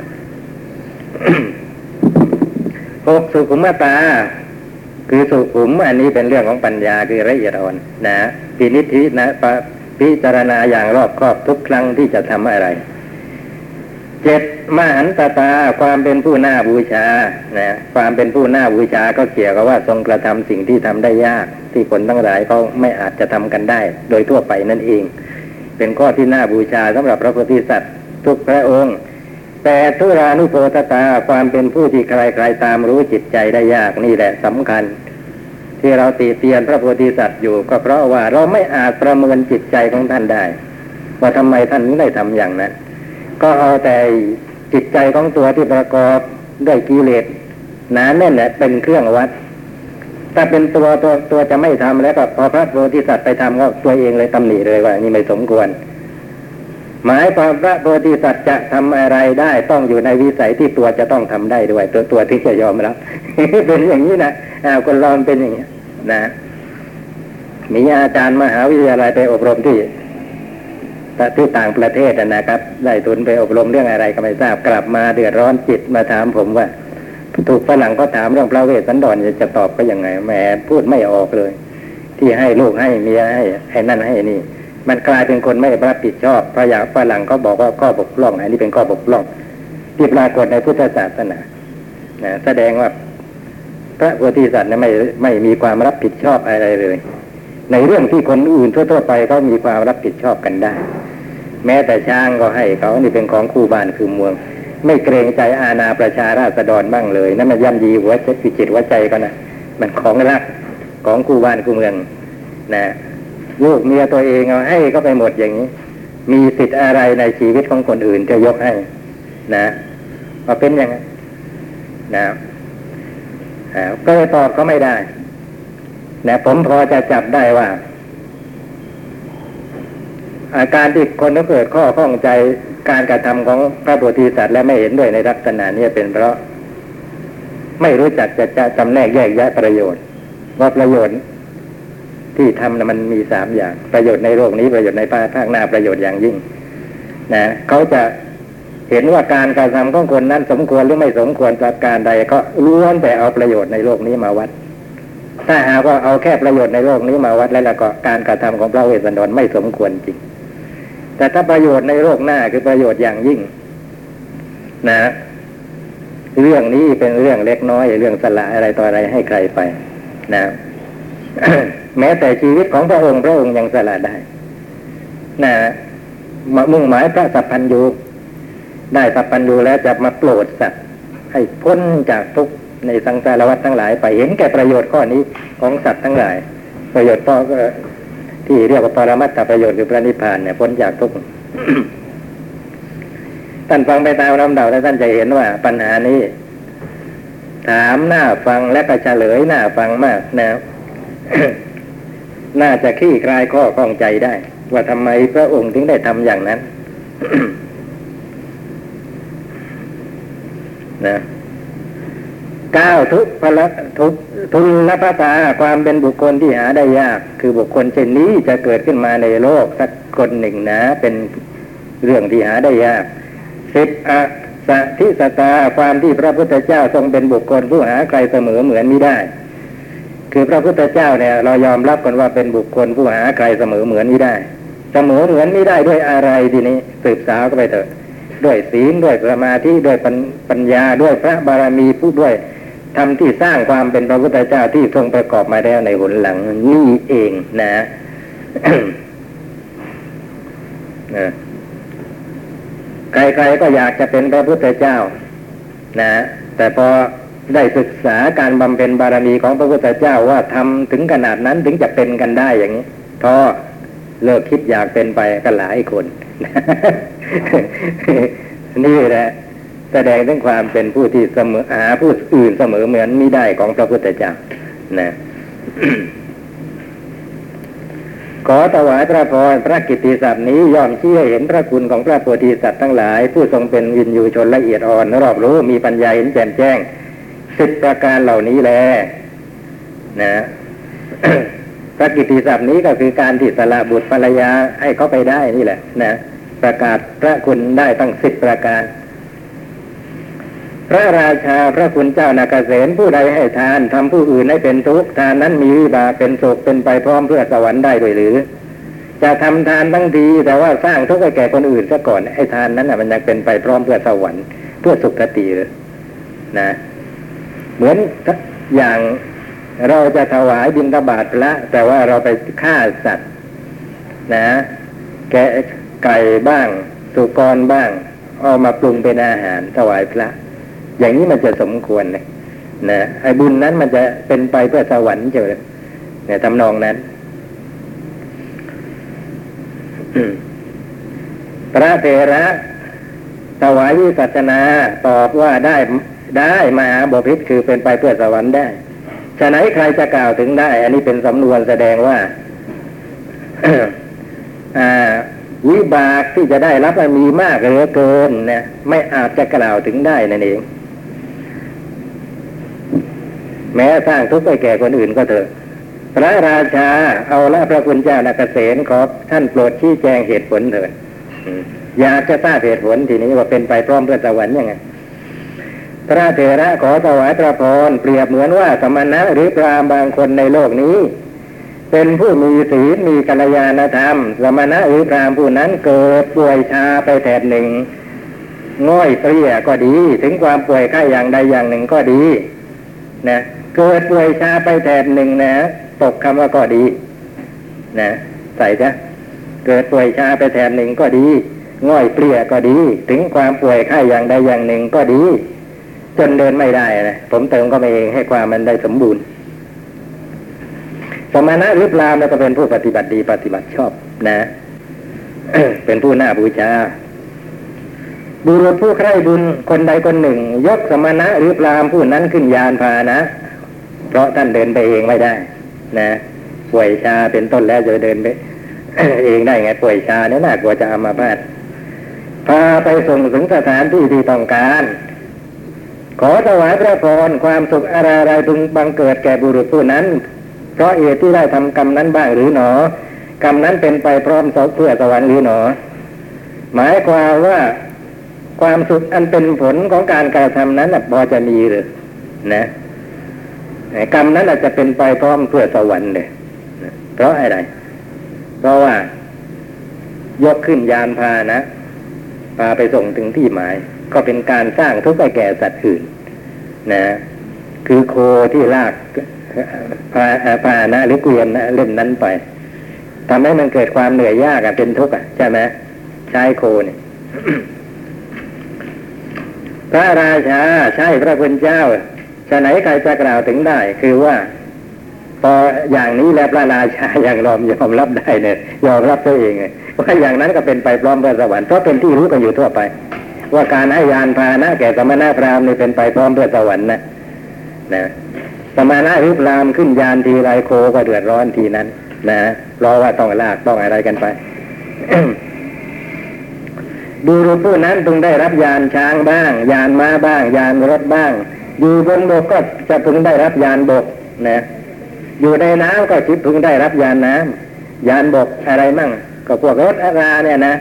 หกสุขุมตาคือสุขุมอันนี้เป็นเรื่องของปัญญาคือละเอียดอ่อนนะพินิจพินะพิจารณาอย่างรอบคอบทุกครั้งที่จะทำอะไรเจ็ดมหันตตาความเป็นผู้น่าบูชานะความเป็นผู้น่าบูชาก็เกี่ยวกับว่าทรงกระทำสิ่งที่ทำได้ยากที่คนทั้งหลายเขาไม่อาจจะทำกันได้โดยทั่วไปนั่นเองเป็นข้อที่น่าบูชาสำหรับพระโพธิสัตว์ทุกพระองค์แต่ทุรานุโพธตาความเป็นผู้ที่ใครๆตามรู้จิตใจได้ยากนี่แหละสำคัญที่เราติเตียนพระโพธิสัตว์อยู่ก็เพราะว่าเราไม่อาจประเมินจิตใจของท่านได้ว่าทำไมท่านถึงได้ทำอย่างนั้นก็เอาแต่จิตใจของตัวที่ประกอบด้วยกิเลสหนาแน่นแหละเป็นเครื่องวัดถ้าเป็นตัวตัวตัวจะไม่ทำแล้วก็พอพระโพธิสัตว์ไปทำก็ตัวเองเลยตำหนิเลยว่านี่ไม่สมควรหมายความพระโพธิสัตว์จะทำอะไรได้ต้องอยู่ในวิสัยที่ตัวจะต้องทำได้ด้วยตัวตัวที่จะยอมรับ เป็นอย่างนี้นะอ้าวคนเราเป็นอย่างนี้นะมีอาจารย์มหาวิทยาลัยไปอบรมที่ที่ต่างประเทศนะครับได้ทุนไปอบรมเรื่องอะไรก็ไม่ทราบกลับมาเดือดร้อนจิตมาถามผมว่าถูกฝรั่งก็ถามเรื่องพระเวสสันดรจะตอบก็ยังไงแหมพูดไม่ออกเลยที่ให้ลูกให้เมียให้ให้นั่นให้นี่มันกลายเป็นคนไม่รับผิดชอบเพราะอย่างฝรั่งก็บอกว่าข้อบกพร่องอันนี้เป็นข้อบกพร่องที่ปรากฏในพุทธศาสนานะแสดงว่าพระโพธิสัตว์เนี่ยไม่ไม่มีความรับผิดชอบอะไรเลยในเรื่องที่คนอื่นทั่วๆไปเขามีความรับผิดชอบกันได้แม้แต่ช้างก็ให้เขานี่เป็นของคู่บ้านคือเมืองไม่เกรงใจอาณาประชาราษฎรบ้างเลยนั่นมันย่ำยีหัวใจจิตหัวใจก็นะมันของรักของคู่บ้านคู่เมืองนะลูกเมียตัวเองเอาให้ก็ไปหมดอย่างนี้มีสิทธิ์อะไรในชีวิตของคนอื่นจะยกให้นะพอเป็นอย่างนั้นนะก็เลยตอบเขาไม่ได้นะผมพอจะจับได้ว่าอาการที่คนเขาเกิดข้อข้องใจการกระทำของพระโพธิสัตว์และไม่เห็นด้วยในลักษณะนี้เป็นเพราะไม่รู้จักจะจะจำแนกแยกแยะประโยชน์ว่าประโยชน์ที่ทำนะมันมีสามอย่างประโยชน์ในโลกนี้ประโยชน์ในภายภาคหน้าประโยชน์อย่างยิ่งนะเขาจะเห็นว่าการกระทำของคนนั้นสมควรหรือไม่สมควรประการใดก็ล้วนแต่เอาประโยชน์ในโลกนี้มาวัดถ้าหากว่าเอาแค่ประโยชน์ในโลกนี้มาวัดแล้วก็การกระทำของพระเวสสันดรไม่สมควรจริงแต่ถ้าประโยชน์ในโลกหน้าคือประโยชน์อย่างยิ่งนะเรื่องนี้เป็นเรื่องเล็กน้อยเรื่องสละอะไรต่ออะไรให้ใครไปนะ แม้แต่ชีวิตของพระองค์พระองค์ยังสละได้นะมุ่งหมายพระสัพพัญญูได้สัพพัญญูแล้วจะมาโปรดสัตว์ให้พ้นจากทุกข์ในสังสารวัฏทั้งหลายไปเห็นแก่ประโยชน์ข้อนี้ของสัตว์ทั้งหลายประโยชน์ต่อที่เรียกว่าปรมัตถประโยชน์คือพระนิพพานเนี่ยพ้นจากทุกข์ ท่านฟังไปตามลำดับแล้วท่านจะเห็นว่าปัญหานี้ถามหน้าฟังและก็เฉลยหน้าฟังมากนะ มน่าจะคลี่คลายข้อข้องใจได้ว่าทำไมพระองค์ถึงได้ทำอย่างนั้น นะก้าวทุกพละทุกทุลภตาความเป็นบุคคลที่หาได้ยากคือบุคคลเช่นนี้จะเกิดขึ้นมาในโลกสักคนหนึ่งนะเป็นเรื่องที่หาได้ยากสิบอสัทิสตาความที่พระพุทธเจ้าทรงเป็นบุคคลผู้หาใครเสมอเหมือนมิได้คือพระพุทธเจ้าเนี่ยเรายอมรับกันว่าเป็นบุคคลผู้หาใครเสมอเหมือนมิได้เสมอเหมือนมิได้ด้วยอะไรทีนี้สืบสาวก็ไปเถอะด้วยศีลด้วยสมาธิด้วยปัญญาด้วยพระบารมีผู้ด้วยทำที่สร้างความเป็นพระพุทธเจ้าที่ทรงประกอบมาแล้วในหนหลังนี่เองนะ นะใครๆก็อยากจะเป็นพระพุทธเจ้านะแต่พอได้ศึกษาการบำเพ็ญบารมีของพระพุทธเจ้าว่าทำถึงขนาดนั้นถึงจะเป็นกันได้อย่างนี้พอเลิกคิดอยากเป็นไปกันหลายคน นี่แหละแสดงถึงความเป็นผู้ที่เสมอหาผู้อื่นเสมอเหมือนมิได้ของพระพุทธเจ้านะ ขอถวายพระพรพระกิตติศัพท์นี้ย่อมชี้ให้เห็นพระคุณของพระโพธิสัตว์ทั้งหลายผู้ทรงเป็นวินยูชนละเอียดอ่อนรอบรู้มีปัญญาเห็นแจ่มแจ้งสิบประการเหล่านี้แลนะ พระกิตติศัพท์นี้ก็คือการที่สละบุตรภรรยาให้เขาไปได้นี่แหละนะประกาศพระคุณได้ตั้งสิบประการพระราชาพระคุณเจ้านาคเสนผู้ใดให้ทานทำผู้อื่นให้เป็นทุกข์ทานนั้นมีวิบากเป็นโศกเป็นไปพร้อมเพื่อสวรรค์ได้ด้วยหรือจะทำทานทั้งทีแต่ว่าสร้างทุกข์ให้แก่คนอื่นซะก่อนไอ้ทานนั้นน่ะมันยังเป็นไปพร้อมเพื่อสวรรค์เพื่อสุคติหรือนะเหมือนอย่างเราจะถวายบิณฑบาตพระแต่ว่าเราไปฆ่าสัตว์นะแกะไก่บ้างสุกรบ้างเอามาปรุงเป็นอาหารถวายพระอย่างนี้มันจะสมควรเลยนะไอ้บุญนั้นมันจะเป็นไปเพื่อสวรรค์เจอเนี่ยทำนองนั้น พระเถระถวายวิสัชนาตอบว่าได้ได้มหาบพิตรคือเป็นไปเพื่อสวรรค์ได้ฉะนั้นใครจะกล่าวถึงได้อันนี้เป็นสำนวนแสดงว่า วิบากที่จะได้รับมันมีมากเหลือเกินนะไม่อาจจะกล่าวถึงได้นั่นเองแม้สร้างทุกข์ให้แก่คนอื่นก็เถอะพระราชาเอาละพระคุณเจ้านาคเสนขอท่านโปรดชี้แจงเหตุผลเถิดอยากจะทราบเหตุผลทีนี้ว่าเป็นไปพร้อมเพื่อสวรรค์ยังไงพระเถระขอถวายพระพรเปรียบเหมือนว่าสมณะหรือพราหมณ์บางคนในโลกนี้เป็นผู้มีศีลมีกัลยาณธรรมสมณะหรือพราหมณ์ผู้นั้นเกิดป่วยชาไปแถบหนึ่งง่อยเปรี้ยก็ดีถึงความป่วยไข้อย่างใดอย่างหนึ่งก็ดีนะเกิดป่วยชาไปแถบหนึ่งนะตกคำว่าก็ดีนะใส่จ้ะเกิดป่วยชาไปแถบหนึ่งก็ดีง่อยเปรี้ยก็ดีถึงความป่วยไข้อย่างใดอย่างหนึ่งก็ดีจนเดินไม่ได้นะผมเติมก็ไปเองให้ความมันได้สมบูรณ์สมณะหรือพราหมณ์ก็เป็นผู้ปฏิบัติดีปฏิบัติชอบนะ เป็นผู้น่าบูชาบุรุษผู้ใคร่บุญคนใดคนหนึ่งยกสมณะหรือพราหมณ์ผู้นั้นขึ้นยานพาหนะเพราะท่านเดินไปเองไม่ได้นะป่วยชาเป็นต้นแล้วจะเดินไป เองได้ไงป่วยชาเนี่ยน่ากลัวจะอัมพาตพาไปส่งถึงสถานที่ที่ต้องการขอถวายพระพรความสุขอะไรๆพึงบังเกิดแก่บุรุษผู้นั้นเพราะเหตุที่ได้ทำกรรมนั้นบ้างหรือหนอกรรมนั้นเป็นไปพร้อมเพื่อสวรรค์หรือหนอหมายความว่าความสุขอันเป็นผลของการกระทำนั้นพอจะมีหรือนะกรรมนั้นอาจจะเป็นไปพร้อมเพื่อสวรรค์เลยเพราะอะไรเพราะว่ายกขึ้นยานพาหนะพาไปส่งถึงที่หมายก็เป็นการสร้างทุกข์ให้แก่สัตว์อื่นนะคือโคที่ลากพาพาหนะหรือเกวียนนะเล่มนั้นไปทำให้มันเกิดความเหนื่อยยากเป็นทุกข์ใช่ไหมใช้โคเนี่ย พระราชาใช่พระพุทธเจ้าฉะไหนใครจะกล่าวถึงได้คือว่าพออย่างนี้แล้วพระราชาอย่างยอมยอมรับได้เนี่ยยอมรับตัวเองว่าอย่างนั้นก็เป็นไปพร้อมเพื่อสวรรค์เพราะเป็นที่รู้กันอยู่ทั่วไปว่าการให้ยานพาหนะแก่สมณะพราหมณ์นี่เป็นไปพร้อมเพื่อสวรรค์นะนะสมณะหรือพราหมณ์ขึ้นยานทีไรโคก็เดือดร้อนทีนั้นนะเพราะว่าต้องลากต้องอะไรกันไป ดูรูปผู้นั้นพึงได้รับยานช้างบ้างยานม้าบ้างยานรถบ้างอยู่บนบกก็จะพึงได้รับยานบกนะอยู่ในน้ำก็จะพึงได้รับยานน้ำยานบกอะไรมั่งก็พวกรถอาราเนี่ยนะ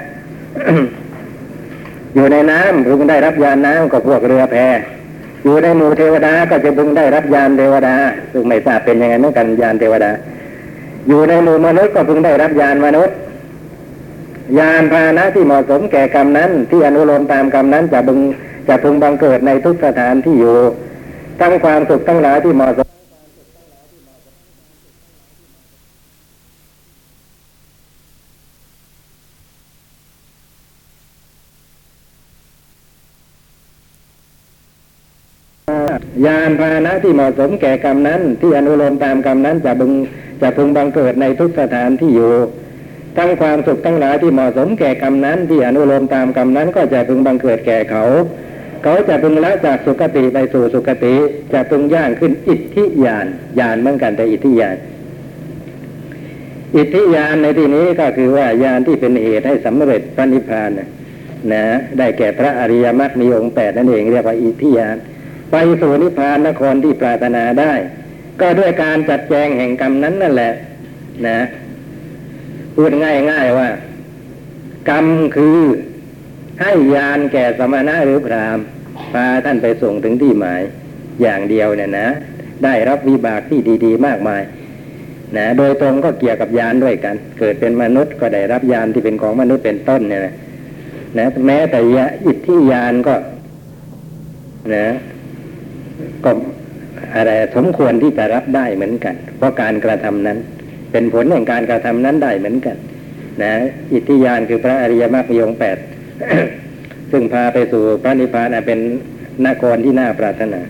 อยู่ในน้ำพึงได้รับยานน้ำก็พวกเรือแพอยู่ในหมู่เทวดาก็จะพึงได้รับยานเทวดาซึ่งไม่ทราบเป็นยังไงเหมือนกันยานเทวดาอยู่ในหมู่มนุษย์ก็พึงได้รับยานมนุษย์ยานพาหนะที่เหมาะสมแก่กรรมนั้นที่อนุโลมตามกรรมนั้นจะบึงจะพึงบังเกิดในทุกสถานที่อยู่ทั้งความสุขทั้งหลายที่เหมาะสมยานพาหนะที่เหมาะสมแก่กรรมนั้นที่อนุโลมตามกรรมนั้นจะบึงจะพึงบังเกิดในทุกสถานที่อยู่ทั้งความสุขทั้งหลายที่เหมาะสมแก่กรรมนั้นที่อนุโลมตามกรรมนั้นก็จะพึงบังเกิดแก่เขาเขาจะพึงละจากสุคติไปสู่สุคติจะพึงย่างขึ้นอิทธิญาณญาณเหมือนกันแต่อิทธิญาณอิทธิญาณในที่นี้ก็คือว่าญาณที่เป็นเหตุให้สำเร็จพระนิพพานนะนะได้แก่พระอริยมรรคมีองค์แปดนั่นเองเรียกว่าอิทธิญาณไปสู่นิพพานนครที่ปรารถนาได้ก็ด้วยการจัดแจงแห่งกรรมนั้นนั่นแหละนะพูดง่ายๆว่ากรรมคือให้ญาณแก่สมณะหรือพราหมณ์พาท่านไปส่งถึงที่หมายอย่างเดียวเนี่ยนะได้รับวิบากที่ดีๆมากมายนะโดยตรงก็เกี่ยวกับญาณด้วยกันเกิดเป็นมนุษย์ก็ได้รับญาณที่เป็นของมนุษย์เป็นต้นเนี่ยนะนะแม้แต่อิทธิญาณก็นะก็อะไรสมควรที่จะรับได้เหมือนกันเพราะการกระทำนั้นเป็นผลแห่งการกระทำนั้นได้เหมือนกันนะอิทธิญาณคือพระอริยมรรคมีองค์แปด ซึ่งพาไปสู่พระนิพพานเป็นนครที่น่าปรารถนา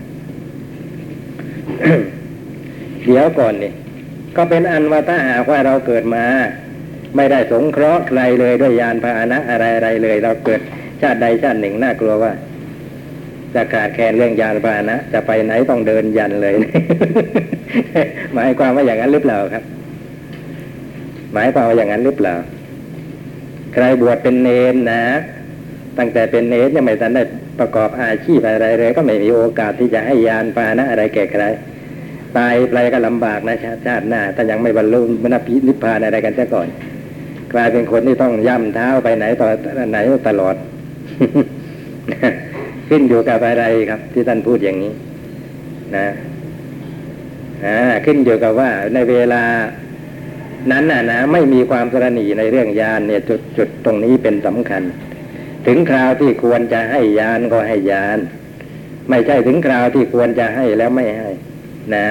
เดี๋ยวก่อนนี่ก็เป็นอันว่าถ้าหากว่าเราเกิดมาไม่ได้สงเคราะห์ใครเลยด้วยยานพาหนะอะไรๆเลยเราเกิดชาติใดชาติหนึ่งน่ากลัวว่าจะขาดแคลนเรื่องยานพาหนะจะไปไหนต้องเดินยันเลย หมายความว่าอย่างนั้นหรือเปล่าครับหมายความว่าอย่างนั้นหรือเปล่าใครบวชเป็นเณรนะตั้งแต่เป็นเณรยังไม่ทันได้ประกอบอาชีพอะไรเลยก็ไม่มีโอกาสที่จะให้ยานพาหนะอะไรแก่ใครตายไปก็ลำบากนะชาติหน้าถ้ายังไม่บรรลุมรรคนิพพานอะไรกันซะก่อนกลายเป็นคนที่ต้องย่ำเท้าไปไหนต่อไหนตลอด ขึ้นอยู่กับอะไรครับที่ท่านพูดอย่างนี้นะอ่าขึ้นอยู่กับว่าในเวลานั้นน่ะนะไม่มีความตระหนี่ในเรื่องญาณเนี่ยจุดจุดตรงนี้เป็นสำคัญถึงคราวที่ควรจะให้ญาณก็ให้ญาณไม่ใช่ถึงคราวที่ควรจะให้แล้วไม่ให้นะ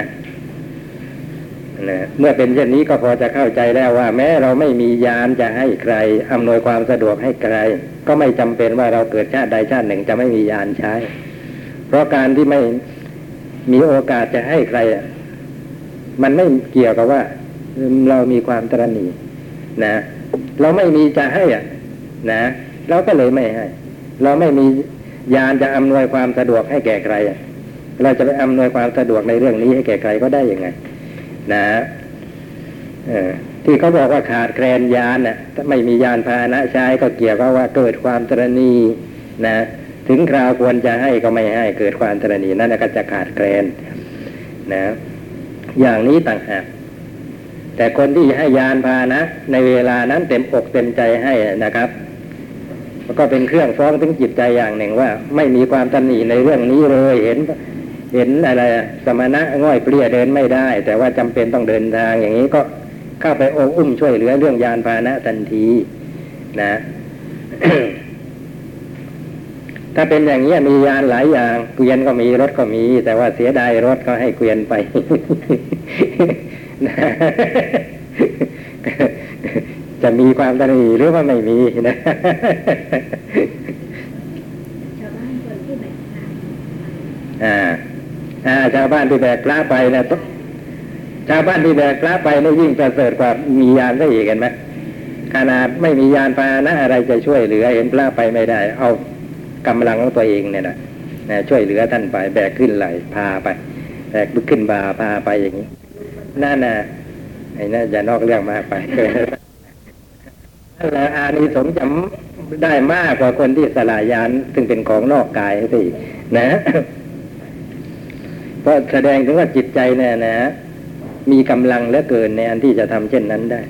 นะเมื่อเป็นเช่นนี้ก็พอจะเข้าใจแล้วว่าแม้เราไม่มีญาณจะให้ใครอำนวยความสะดวกให้ใครก็ไม่จำเป็นว่าเราเกิดชาติใดชาติหนึ่งจะไม่มีญาณใช้เพราะการที่ไม่มีโอกาสจะให้ใครมันไม่เกี่ยวกับว่าเรามีความตระหนี่นะเราไม่มีจะให้อ่ะนะเราก็เลยไม่ให้เราไม่มีญาณจะอำนวยความสะดวกให้แก่ใครอ่ะเราจะไปอำนวยความสะดวกในเรื่องนี้ให้แก่ใครก็ได้ยังไงนะเออที่เขาบอกว่าขาดแคลนญาณน่ะถ้าไม่มีญาณพาหนะใช้ก็เกี่ยวกับว่าเกิดความตระหนี่นะถึงคราวควรจะให้ก็ไม่ให้เกิดความตระหนี่นั่นก็จะขาดแคลนนะอย่างนี้ต่างหากแต่คนที่ให้ญาณพาหนะในเวลานั้นเต็มอกเต็มใจให้นะครับก็เป็นเครื่องฟ้องถึงจิตใจอย่างหนึ่งว่าไม่มีความตระหนี่ในเรื่องนี้เลยเห็นเห็นอะไรสมณะง่อยเปรี้ยเดินไม่ได้แต่ว่าจำเป็นต้องเดินทางอย่างนี้ก็เข้าไปองค์อุ้มช่วยเหลือเรื่องยานพาหนะทันทีนะ ถ้าเป็นอย่างนี้มียานหลายอย่างเกวียนก็มีรถก็มีแต่ว่าเสียดายรถก็ให้เกวียนไป จะมีความตระหนี่หรือว่าไม่มีนะ อ่าอ่าชาวบ้านที่แบกพระไปนะชาวบ้านที่แบกพระไปนี่ยิ่งประเสริฐกว่ามียานซะอีกเห็นไหมขนาดไม่มียานพาหนะอะไรจะช่วยเหลือเห็นพระไปไม่ได้เอากำลังของตัวเองเนี่ยนะนะช่วยเหลือท่านไปแบกขึ้นไหลพาไปแบกขึ้นบ่าพาไปอย่างนี้นั่นน่ะอ้นั่นอย่านอกเรื่องมากไปนั่นแหละอานิสงส์จะได้มากกว่าคนที่สละยานซึ่งเป็นของนอกกายสินะเพราะแสดงถึงว่าจิตใจเนี่ยนะมีกำลังเหลือเกินในอันที่จะทำเช่นนั้นได้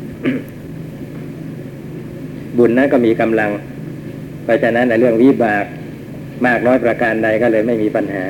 บุญนั้นก็มีกำลังเพราะฉะนั้นในเรื่องวิบากมากน้อยประการใดก็เลยไม่มีปัญหา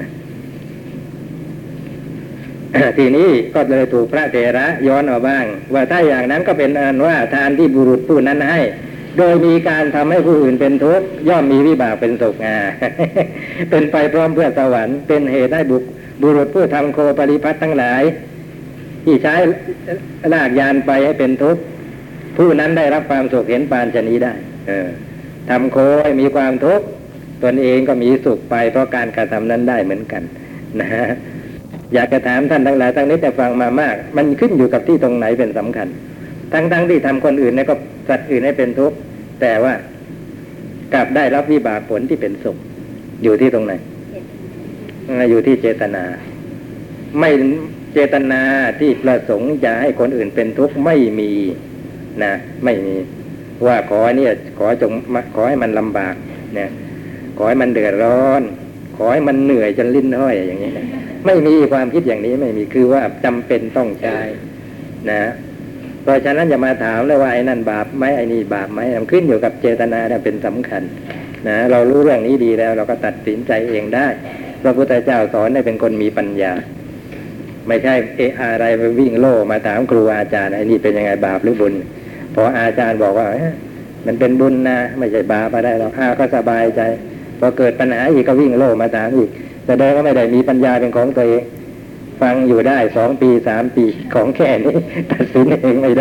ทีนี้ก็เลยถูกพระเถระย้อนเอาบ้างว่าถ้าอย่างนั้นก็เป็นอันว่าทานที่บุรุษผู้นั้นให้โดยมีการทำให้ผู้อื่นเป็นทุกข์ย่อมมีวิบากเป็นสุขอ่า เป็นไปพร้อมเพื่อสวรรค์เป็นเหตุให้บุบุรุษผู้ทำโคปริพัททั้งหลายที่ใช้ลากยานไปให้เป็นทุกข์ผู้นั้นได้รับความสุขเห็นปานชนีได้เออทำโคให้มีความทุกข์ตนเองก็มีสุขไปเพราะการกระทำนั้นได้เหมือนกันนะฮะอยากจะถามท่านทั้งหลายทั้งนี้แต่ฟังมามากมันขึ้นอยู่กับที่ตรงไหนเป็นสำคัญทั้งๆที่ทำคนอื่นเนี่ยก็สัตว์อื่นให้เป็นทุกข์แต่ว่ากลับได้รับวิบากผลที่เป็นสุขอยู่ที่ตรงไหนอยู่ที่เจตนาไม่เจตนาที่ประสงค์จะให้คนอื่นเป็นทุกข์ไม่มีนะไม่มีว่าขอเนี่ยขอจงขอให้มันลำบากเนี่ยขอให้มันเดือดร้อนขอให้มันเหนื่อยจนลิ้นห้อยอย่างนี้นะไม่มีความคิดอย่างนี้ไม่มีคือว่าจำเป็นต้องใช้นะเพราะฉะนั้นอย่ามาถามเลยว่าไอ้นั่นบาปไหมไอ้นี่บาปไหมมันขึ้นอยู่กับเจตนาเนี่ยเป็นสำคัญนะเรารู้เรื่องนี้ดีแล้วเราก็ตัดสินใจเองได้พระพุทธเจ้าสอนให้เป็นคนมีปัญญาไม่ใช่เอะอะไรไปวิ่งโล่มาถามครูอาจารย์ไอ้นี่เป็นยังไงบาปหรือบุญพออาจารย์บอกว่ามันเป็นบุญนะไม่ใช่บาปอะไรหรอกอาก็สบายใจพอเกิดปัญหาอีกก็วิ่งโล่มาถามอีกแสดงว่าไม่ได้มีปัญญาเป็นของตัวเองฟังอยู่ได้สองปีสามปีของแค่นี้ตัดสินเองไม่ได้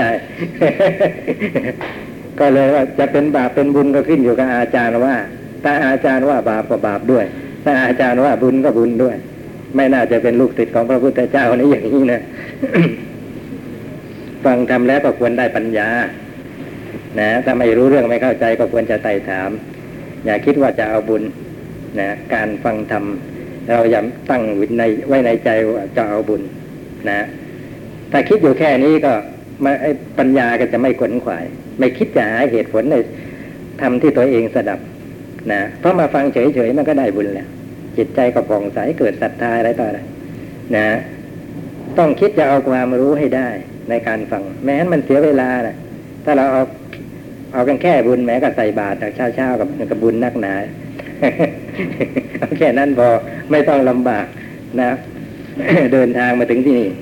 ก็เลยว่าจะเป็นบาปเป็นบุญก็ขึ้นอยู่กับอาจารย์ว่าถ้าอาจารย์ว่าบาปก็บาปด้วยถ้าอาจารย์ว่าบุญก็บุญด้วยไม่น่าจะเป็นลูกศิษย์ของพระพุทธเจ้านี่อย่างนี้นะ ฟังทำแล้วก็ควรได้ปัญญานะถ้าไม่รู้เรื่องไม่เข้าใจก็ควรจะไต่ถามอย่าคิดว่าจะเอาบุญนะการฟังธรรมเราอย่าตั้งวิในไว้ในใจว่าจะเอาบุญนะถ้าคิดอยู่แค่นี้ก็ปัญญาก็จะไม่ขวนขวายไม่คิดจะหาเหตุผลในทำที่ตัวเองสดับนะเพราะมาฟังเฉยๆมันก็ได้บุญแล้วจิตใจก็ผ่องใสเกิดศรัทธาอะไรต่ออะไรนะต้องคิดจะเอาความรู้ให้ได้ในการฟังแม้นมันเสียเวลานะถ้าเราเอาเอากันแค่บุญแม้ก็ใส่บาตรจากเช้าๆกับกับบุญนักหนา เอาแค่นั้นพอไม่ต้องลำบากนะ เดินทางมาถึงที่นี่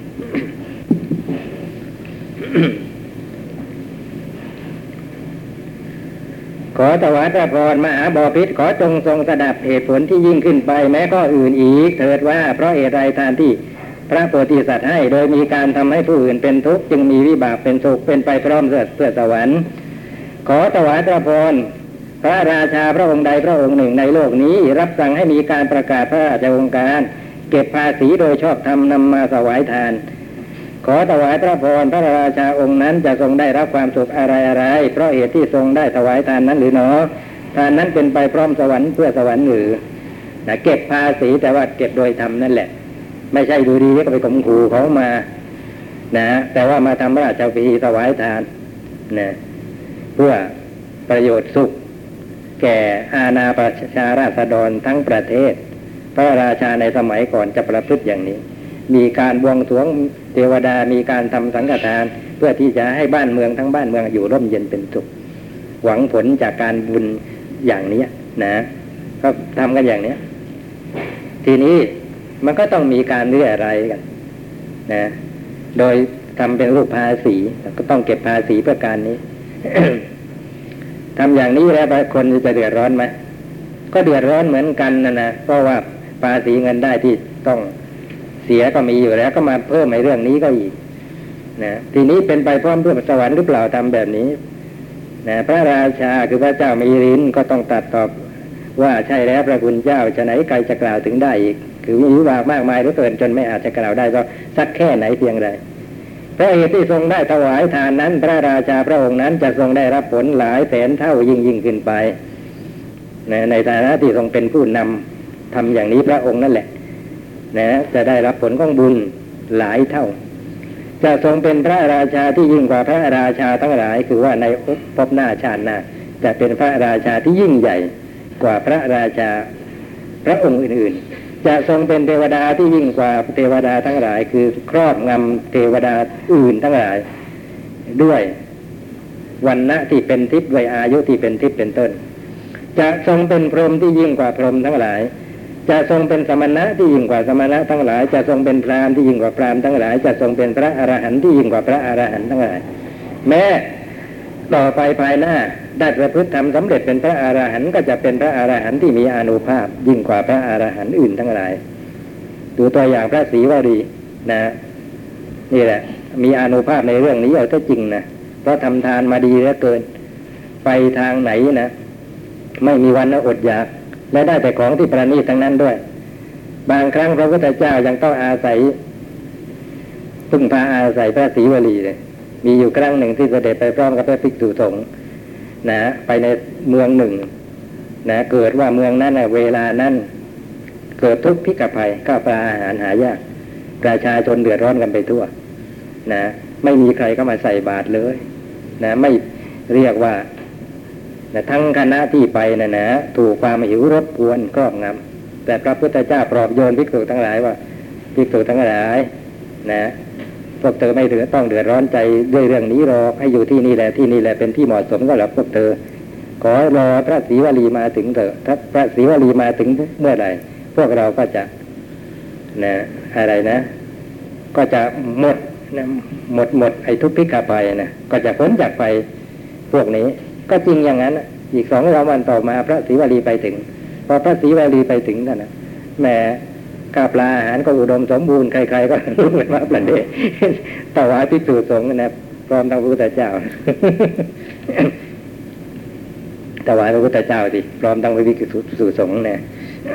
ขอถวายพระพรมหาบพิตรขอจงทรงสดับเหตุผลที่ยิ่งขึ้นไปแม้ก็อื่นอีกเถิดว่าเพราะเหตุใดทานที่พระโพธิสัตว์ให้โดยมีการทำให้ผู้อื่นเป็นทุกข์จึงมีวิบากเป็นสุขเป็นไปพร้อมเพื่อเพื่อสวรรค์ขอถวายพระพรพระราชาพระองค์ใดพระองค์หนึ่งในโลกนี้รับสั่งให้มีการประกาศพระราชโองการเก็บภาษีโดยชอบธรรมนำมาถวายทานขอถวายพระพรพระราชาองค์นั้นจะทรงได้รับความสุขอะไรอะไรเพราะเหตุที่ทรงได้ถวายทานนั้นหรือหนอทานนั้นเป็นไปพร้อมสวรรค์เพื่อสวรรค์หรือนะเก็บภาษีแต่ว่าเก็บโดยธรรมนั่นแหละไม่ใช่ดูดีก็ไปข่มขู่เขามานะแต่ว่ามาทำราชพิธีถวายทานนะเพื่อประโยชน์สุขแก่อาณาประชาราษฎรทั้งประเทศพระราชาในสมัยก่อนจะประพฤติอย่างนี้มีการบวงสรวงเทวดามีการทำสังฆทานเพื่อที่จะให้บ้านเมืองทั้งบ้านเมืองอยู่ร่มเย็นเป็นสุขหวังผลจากการบุญอย่างนี้นะก็ทำกันอย่างนี้ทีนี้มันก็ต้องมีการเรียอะไรยกันนะโดยทำเป็นรูปภาษีก็ต้องเก็บภาษีเพื่อการนี้ ทำอย่างนี้แล้วคนจะเดือดร้อนไหมก็เดือดร้อนเหมือนกันนะนะเพราะว่าภาษีเงินได้ที่ต้องเสียก็มีอยู่แล้วก็มาเพิ่มในเรื่องนี้ก็อีกนะทีนี้เป็นไปพร้อมเพื่อสวรรค์หรือเปล่าทำแบบนี้นะพระราชาคือพระเจ้ามีรินก็ต้องตัดตอบว่าใช่แล้วพระคุณเจ้าจะไหนใครจะกล่าวถึงได้อีกคือมีวิบากมากมายเหลือเกินจนไม่อาจจะกล่าวได้ก็สักแค่ไหนเพียงใดเพราะเหตุที่ทรงได้ถวายทานนั้นพระราชาพระองค์นั้นจะทรงได้รับผลหลายแสนเท่ายิ่งยิ่งขึ้นไปในในฐานะที่ทรงเป็นผู้นำทำอย่างนี้พระองค์นั่นแหละนะจะได้รับผลของบุญหลายเท่าจะทรงเป็นพระราชาที่ยิ่งกว่าพระราชาทั้งหลายคือว่าในภพหน้าชาติหน้าจะเป็นพระราชาที่ยิ่งใหญ่กว่าพระราชาพระองค์อื่นๆจะทรงเป็นเทวดาที่ยิ่งกว่าเทวดาทั้งหลายคือครอบงำเทวดาอื่นทั้งหลายด้วยวรรณะที่เป็นทิพย์ด้วยอายุที่เป็นทิพย์เป็นต้นจะทรงเป็นพรหมที่ยิ่งกว่าพรหมทั้งหลายจะทรงเป็นสมณะที่ยิ่งกว่าสมณะทั้งหลายจะทรงเป็นพราหมณ์ที่ยิ่งกว่าพราหมณ์ทั้งหลายจะทรงเป็นพระอรหันต์ที่ยิ่งกว่าพระอรหันต์ทั้งหลายแม้ต่อไปภายหน้าได้ประพฤติธรรมสำเร็จเป็นพระอรหันต์ก็จะเป็นพระอรหันต์ที่มีอานุภาพยิ่งกว่าพระอรหันต์อื่นทั้งหลายดูตัวอย่างพระศรีวลีนะนี่แหละมีอานุภาพในเรื่องนี้เอาก็จริงนะเพราะทำทานมาดีเหลือเกินไปทางไหนนะไม่มีวันอดอยากและได้แต่ของที่ประณีตทั้งนั้นด้วยบางครั้งพระพุทธเจ้ายังต้องอาศัยพึ่งพาอาศัยพระศรีวลีเลยมีอยู่ครั้งหนึ่งที่เสด็จไปพร้อมกับพระภิกษุสงฆ์นะไปในเมืองหนึ่งนะเกิดว่าเมืองนั้นนะเวลานั้นเกิดทุกข์พิกภัยข้าวปลาอาหารหายากประชาชนเดือดร้อนกันไปทั่วนะไม่มีใครเข้ามาใส่บาตรเลยนะไม่เรียกว่านะทั้งคณะที่ไปนะนะถูกความหิวรบกวนครอบงำแต่พระพุทธเจ้าปลอบโยนภิกษุทั้งหลายว่าภิกษุทั้งหลายนะพวกเธอไม่ถือต้องเดือดร้อนใจด้วยเรื่องนี้หรอกให้อยู่ที่นี่แหละที่นี่แหละเป็นที่เหมาะสมก็แล้วพวกเธอขอรอพระศรีวลีมาถึงเถอะถ้าพระศรีวลีมาถึงเมื่อใดพวกเราก็จะนะอะไรนะก็จะหมดนะหมดหมดไอ้ทุกข์พิกภัยนะก็จะพ้นจากไปพวกนี้ก็จริงอย่างนั้นอีกสองสามวันต่อมาพระศรีวลีไปถึงพอพระศรีวลีไปถึงนั่นนะแหมข้าวปลาอาหารก็อุดมสมบูรณ์ใครๆก็รู้เป็นว่าประเดชถวายภิกษุสงฆ์นะพร้อมทั้งพระพุทธเจ้าถวายพระพุทธเจ้าสิพร้อมทั้งพระภิกษุสงฆ์เนี่ย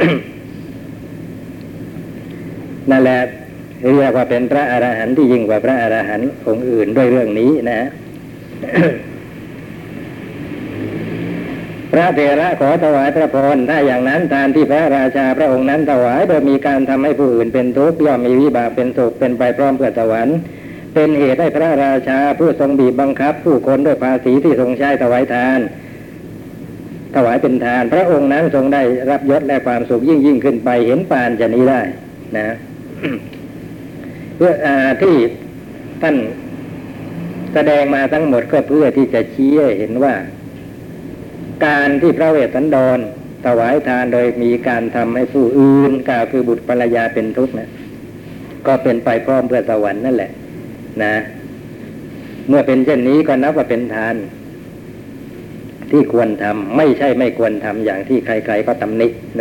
นั่นแหละเรียกว่าเป็นพระอรหันต์ที่ยิ่งกว่าพระอรหันต์องค์อื่นด้วยเรื่องนี้นะ พระเถระขอถวายพระพรถ้าอย่างนั้นทานที่พระราชาพระองค์นั้นถวายโดยมีการทำให้ผู้อื่นเป็นทุกข์ย่อมมีวิบากเป็นสุขเป็นไปพร้อมเพื่อสวรรค์เป็นเหตุให้พระราชาผู้ทรงบีบบังคับผู้คนด้วยภาษีที่ทรงใช้ถวายทานถวายเป็นทานพระองค์นั้นทรงได้รับยศและความสุขยิ่งยิ่งขึ้นไปเห็นปานจะนี้ได้นะ เพื่อที่ท่านแสดงมาทั้งหมดก็เพื่อที่จะชี้ให้เห็นว่าการที่พระเวสสันดรถวายทานโดยมีการทำให้ผู้อื่นกล่าวคือบุตรภรรยาเป็นทุกข์นะก็เป็นไปพร้อมเพื่อสวรรค์นั่นแหละนะเมื่อเป็นเช่นนี้ก็นับว่าเป็นทานที่ควรทำไม่ใช่ไม่ควรทำอย่างที่ใครๆก็ตำหนินะ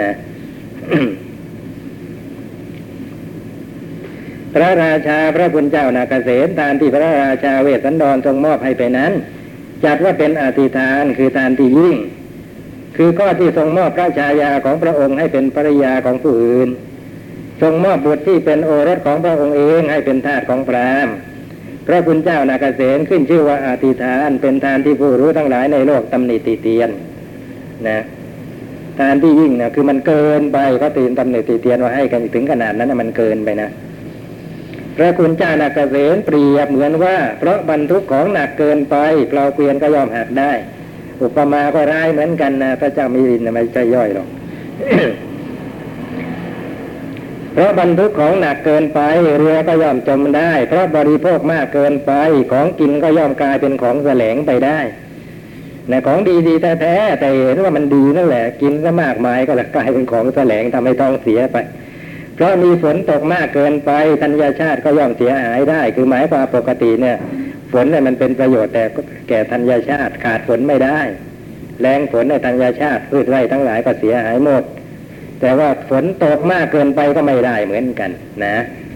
พระราชาพระคุณเจ้านาเกษตรทานที่พระราชาเวสสันดรทรงมอบให้ไปนั้นจัดว่าเป็นอธิทานคือทานที่ยิ่งคือข้อที่ทรงมอบพระชายาของพระองค์ให้เป็นภริยาของผู้อื่นทรงมอบบุตรที่เป็นโอรสของพระองค์เองให้เป็นทาสของพราหมณ์พระคุณเจ้านาเกษตรขึ้นชื่อว่าอธิทานเป็นทานที่ผู้รู้ทั้งหลายในโลกตำหนิติเตียนนะทานที่ยิ่งนะคือมันเกินไปก็ตีนตำหนิติเตียนว่าให้กันถึงขนาดนั้นนะมันเกินไปนะพระคุณเจ้านาเกษตรเปรียบเหมือนว่าเพราะบรรทุกของหนักเกินไปเปล่าเกวียนก็ย่อมหักได้อุปมาก็ร้ายเหมือนกันนะพระเจ้ามิลินไม่ใช่ย่อยหรอก เพราะบรรทุกของหนักเกินไปเรือก็ย่อมจมได้เพราะบริโภคมากเกินไปของกินก็ย่อมกลายเป็นของแสลงไปได้นะของดีๆแท้ๆแต่เห็นว่ามันดีนั่นแหละกินซะมากมายก็จะกลายเป็นของแสลงทำให้ท้องเสียไปเพราะมีฝนตกมากเกินไปธัญญาชาติก็ย่อมเสียหายได้คือหมายความปกติเนี่ยฝนเนี่ยมันเป็นประโยชน์แต่แก่ธัญญาชาติขาดฝนไม่ได้แรงฝนในธัญญาชาติพืชไร่ทั้งหลายก็เสียหายหมดแต่ว่าฝนตกมากเกินไปก็ไม่ได้เหมือนกันนะ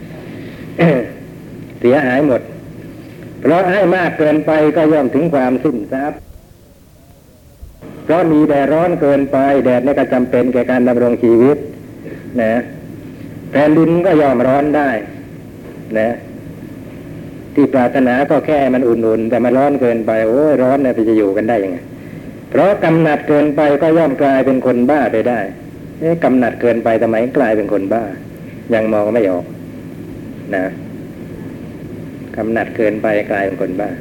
เสียหายหมดเพราะให้มากเกินไปก็ย่อมถึงความสิ้นทรัพย์เพราะมีแดดร้อนเกินไปแดดนี่ก็จำเป็นแก่การดำรงชีวิตนะแผ่นดินก็ย่อมร้อนได้นะที่ปรารถนาก็แค่มันอุ่นๆแต่มันร้อนเกินไปโอ้ยร้อนเนี่ยจะอยู่กันได้ยังไงเพราะกำหนัดเกินไปก็ย่อมกลายเป็นคนบ้าไปได้เอ๊ะกำหนัดเกินไปทำไมกลายเป็นคนบ้ายังมองไม่ออกนะกำหนัดเกินไปกลายเป็นคนบ้า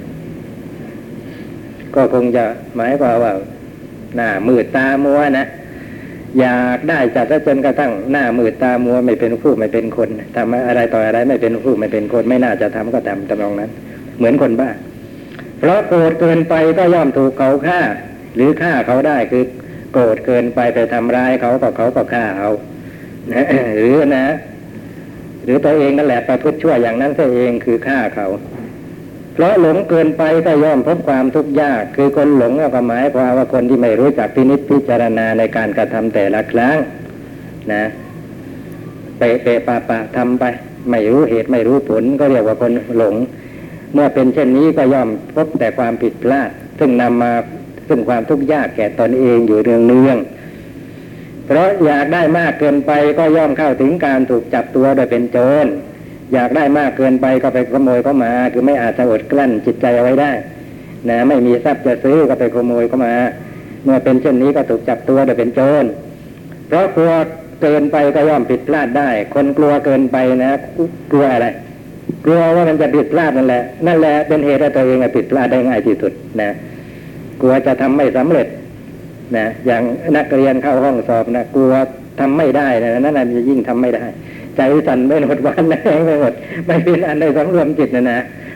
ก็คงจะหมายความว่าหน้ามืดตามัวนะอยากได้จัดซะจนกระทั่งหน้ามืดตามัวไม่เป็นผู้ไม่เป็นคนทำอะไรต่ออะไรไม่เป็นผู้ไม่เป็นคนไม่น่าจะทำก็ทำทำนองนั้น เหมือนคนบ้าเพราะโกรธเกินไปก็ย่อมถูกเขาฆ่าหรือฆ่าเขาได้คือโกรธเกินไปไปทำร้ายเขาก็เขาก็ฆ่าเอานะหรือนะหรือตัวเองนั่นแหละประพฤติชั่วอย่างนั้นตัวเองคือฆ่าเขาเพราะหลงเกินไปก็ย่อมพบความทุกข์ยากคือคนหลงก็หมายความว่าคนที่ไม่รู้จักพินิจพิจารณาในการกระทำแต่ละครั้งนะเปะเปะปะปะทำไปไม่รู้เหตุไม่รู้ผลก็เรียกว่าคนหลงเมื่อเป็นเช่นนี้ก็ย่อมพบแต่ความผิดพลาดซึ่งนำมาซึ่งความทุกข์ยากแก่ตนเองอยู่เนืองๆเพราะอยากได้มากเกินไปก็ย่อมเข้าถึงการถูกจับตัวโดยเป็นโจรอยากได้มากเกินไปก็ไปขโมยเข้ามาคือไม่อาจจะอดกลั้นจิตใจเอาไว้ได้นะไม่มีทรัพย์จะซื้อก็ไปขโมยเข้ามาเมื่อเป็นเช่นนี้ก็ถูกจับตัวโดยเป็นโจรเพราะกลัวเกินไปก็ย่อมผิดพลาดได้คนกลัวเกินไปนะกลัวอะไรกลัวว่ามันจะผิดพลาดนั่นแหละนั่นแหละเป็นเหตุให้ตัวเองผิดพลาดได้ง่ายที่สุดนะกลัวจะทำไม่สำเร็จนะอย่างนักเรียนเข้าห้องสอบนะกลัวทำไม่ได้นะนั่นน่ะจะยิ่งทำไม่ได้ใจสั่นไม่หมดวันแรงไม่หมดไม่เป็นอันใดสังรวมจิตนะนะ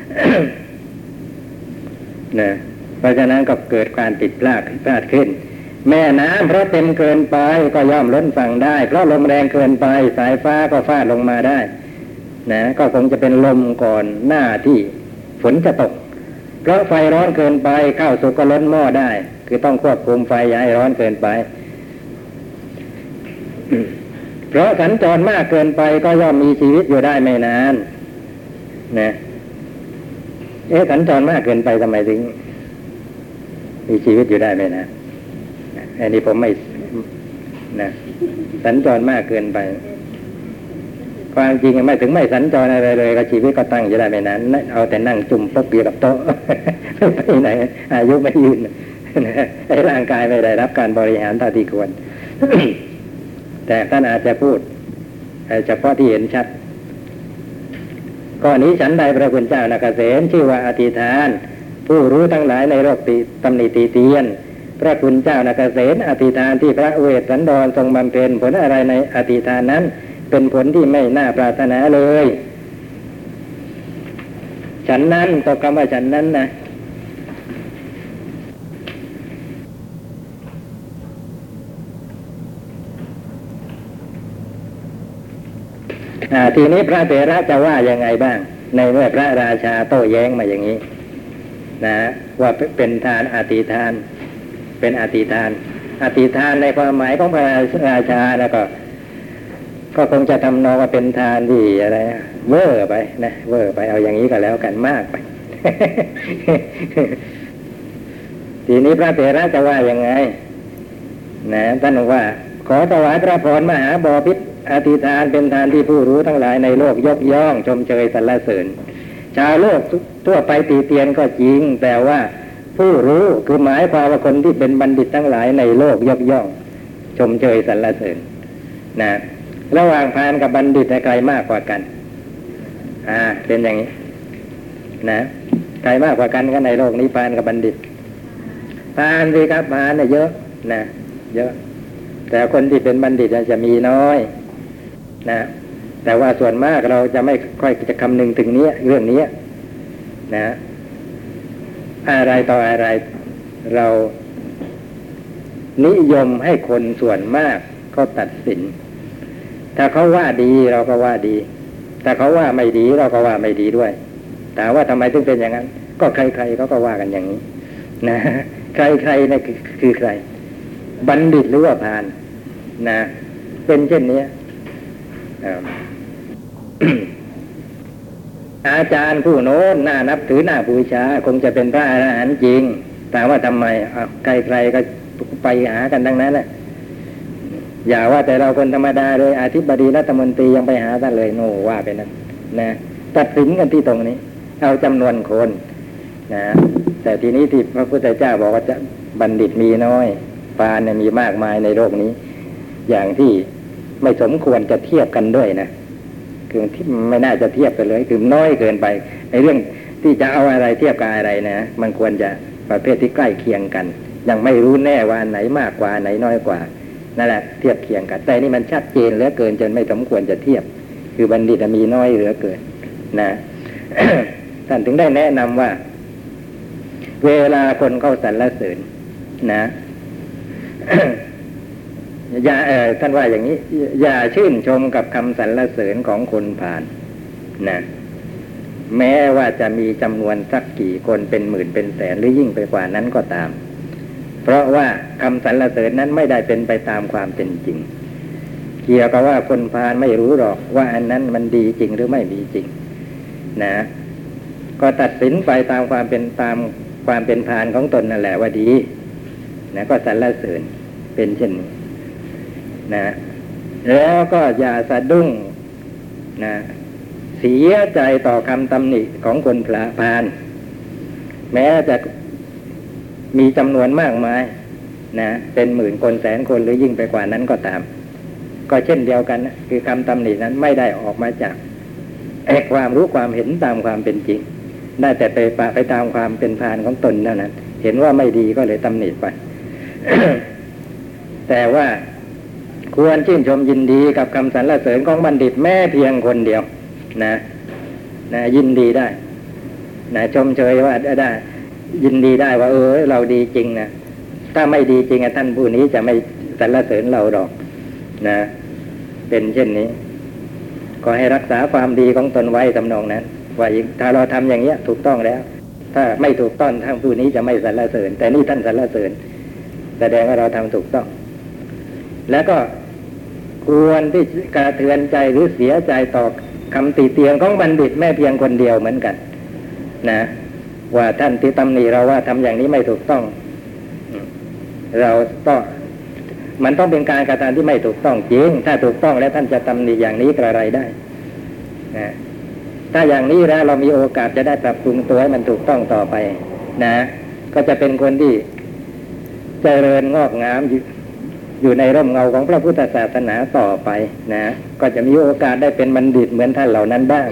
นะเพราะฉะนั้นก็เกิดการผิดพลาดพลาดขึ้นแม่น้ำเพราะเต็มเกินไปก็ย่อมล้นฝั่งได้เพราะลมแรงเกินไปสายฟ้าก็ฟาดลงมาได้นะก็คงจะเป็นลมก่อนหน้าที่ฝนจะตกเพราะไฟร้อนเกินไปข้าวสุกก็ล้นหม้อได้คือต้องควบคุมไฟอย่าให้ร้อนเกินไปเพราะสัญจรมากเกินไปก็ย่อมมีชีวิตอยู่ได้ไม่นานนะเอ๊ะสัญจรมากเกินไปทำไมถึงมีชีวิตอยู่ได้ไม่นานอันนี้ผมไม่นะสัญจรมากเกินไปความจริงไม่ถึงไม่สัญจรอะไรเลยก็ชีวิตก็ตั้งอยู่ได้ไม่นานเอาแต่นั่งจุ่มปกเบียกับโต๊ะไปไหนอายุไม่ยืนไอ้ร่างกายไม่ได้รับการบริหารเท่าที่ควร แต่ท่านอาจจะพูดเฉพาะที่เห็นชัดข้อนี้ฉันใดพระคุณเจ้านาคเสนชื่อว่าอธิษฐานผู้รู้ทั้งหลายในโลกติตำหนิตีเตียนพระคุณเจ้านาคเสนอธิษฐานที่พระเวสสันดรทรงบำเพ็ญผลอะไรในอธิษฐานนั้นเป็นผลที่ไม่น่าปรารถนาเลยฉันนั้นตกคำว่าฉันนั้นนะทีนี้พระเถระจะว่ายังไงบ้างในเมื่อพระราชาโต้แย้งมาอย่างนี้นะว่าเป็นทานอธิทานเป็นอธิทานอธิทานในความหมายของพระราชาแล้วก็ก็คงจะทำนองว่าเป็นทานที่อะไรเวอร์ไปนะเวอร์ไปเอาอย่างนี้ก็แล้วกันมากไป ทีนี้พระเถระจะว่ายังไงนะท่านบอกว่าขอถวายพระพรมหาบพิตรอธิษฐานเป็นทานที่ผู้รู้ทั้งหลายในโลกยกย่องชมเชยสรรเสริญชาวโลกทั่วไปตีเตียนก็จริงแต่ว่าผู้รู้คือหมายความว่าคนที่เป็นบัณฑิตทั้งหลายในโลกยกย่องชมเชยสรรเสริญนะระหว่างพาลกับบัณฑิตใครมากกว่ากันอ่าเป็นอย่างนี้นะใครมากกว่ากันก็ในโลกนี้พาลกับบัณฑิตพาลสิครับพาลเนี่ยเยอะนะเยอะแต่คนที่เป็นบัณฑิตจะมีน้อยนะแต่ว่าส่วนมากเราจะไม่ค่อยจะคำนึงถึงนี้เรื่องนี้นะอะไรต่ออะไรเรานิยมให้คนส่วนมากเขาตัดสินถ้าเขาว่าดีเราก็ว่าดีแต่เขาว่าไม่ดีเราก็ว่าไม่ดีด้วยแต่ว่าทำไมถึงเป็นอย่างนั้นก็ใครๆเขาก็ว่ากันอย่างนี้นะใครๆนี่คือคือใครบัณฑิตหรือว่าพาลนะเป็นเช่นนี้ อาจารย์ผู้โน้นน่านับถือน่าบูชาคงจะเป็นพระอรหันต์จริงแต่ว่าทำไมใครๆก็ไปหากันทั้งนั้นแหละอย่าว่าแต่เราคนธรรมดาเลยอธิบดีรัฐมนตรียังไปหาท่านเลยโน่ว่าไปนั้นนะตัดสินกันที่ตรงนี้เอาจำนวนคนนะแต่ทีนี้ที่พระพุทธเจ้าบอกว่าจะบัณฑิตมีน้อยพาลเนี่ยมีมากมายในโลกนี้อย่างที่ไม่สมควรจะเทียบกันด้วยนะคือที่ไม่น่าจะเทียบกันเลยคือน้อยเกินไปในเรื่องที่จะเอาอะไรเทียบกับอะไรนะมันควรจะประเภทที่ใกล้เคียงกันยังไม่รู้แน่ว่าไหนมากกว่าไหนน้อยกว่านั่นแหละเทียบเคียงกันแต่นี่มันชัดเจนเหลือเกินจนไม่สมควรจะเทียบคือบัณฑิตมีน้อยเหลือเกินนะ ท่านถึงได้แนะนำว่าเวลาคนเข้าสรรเสริญนะ อย่าเออท่านว่าอย่างนี้อย่าชื่นชมกับคำสรรเสริญของคนผ่านนะแม้ว่าจะมีจำนวนสักกี่คนเป็นหมื่นเป็นแสนหรือยิ่งไปกว่านั้นก็ตามเพราะว่าคำสรรเสริญนั้นไม่ได้เป็นไปตามความเป็นจริงเกี่ยวกับว่าคนผ่านไม่รู้หรอกว่าอันนั้นมันดีจริงหรือไม่ดีจริงนะก็ตัดสินไปตามความเป็นตามความเป็นผ่านของตนนั่นแหละว่าดีนะก็สรรเสริญเป็นเช่นนี้นะแล้วก็อย่าสะดุ้งนะเสียใจต่อคำตำหนิของคนพระพาลแม้จะมีจำนวนมากมายนะเป็นหมื่นคนแสนคนหรือยิ่งไปกว่านั้นก็ตามก็เช่นเดียวกันนะคือคำตำหนินั้นไม่ได้ออกมาจากความรู้ความเห็นตามความเป็นจริงได้แต่ไปปะไปตามความเป็นพาลของตนเท่านั้นเห็นว่าไม่ดีก็เลยตำหนิไป แต่ว่าควรชื่นชมยินดีกับคำสรรเสริญของบัณฑิตแม้เพียงคนเดียวนะนะยินดีได้นะชมเชยว่าได้ยินดีได้ว่าเออเราดีจริงนะถ้าไม่ดีจริงท่านผู้นี้จะไม่สรรเสริญเราหรอกนะเป็นเช่นนี้ก็ให้รักษาความดีของตนไว้ทำนองนั้นว่าถ้าเราทำอย่างเนี้ยถูกต้องแล้วถ้าไม่ถูกต้องท่านผู้นี้จะไม่สรรเสริญแต่นี่ท่านสรรเสริญแสดงว่าเราทำถูกต้องแล้วก็ควรที่กระเทือนใจหรือเสียใจต่อคำติเตียนของบัณฑิตแม้เพียงคนเดียวเหมือนกันนะว่าท่านที่ตำหนิเราว่าทำอย่างนี้ไม่ถูกต้องเราต้องมันต้องเป็นการกระทำที่ไม่ถูกต้องจริงถ้าถูกต้องแล้วท่านจะตำหนิอย่างนี้กระไรได้นะถ้าอย่างนี้แล้วเรามีโอกาสจะได้ปรับปรุงตัวให้มันถูกต้องต่อไปนะก็จะเป็นคนที่เจริญงอกงามอยู่ในร่มเงาของพระพุทธศาสนาต่อไปนะก็จะมีโอกาสได้เป็นบัณฑิตเหมือนท่านเหล่านั้นบ้าง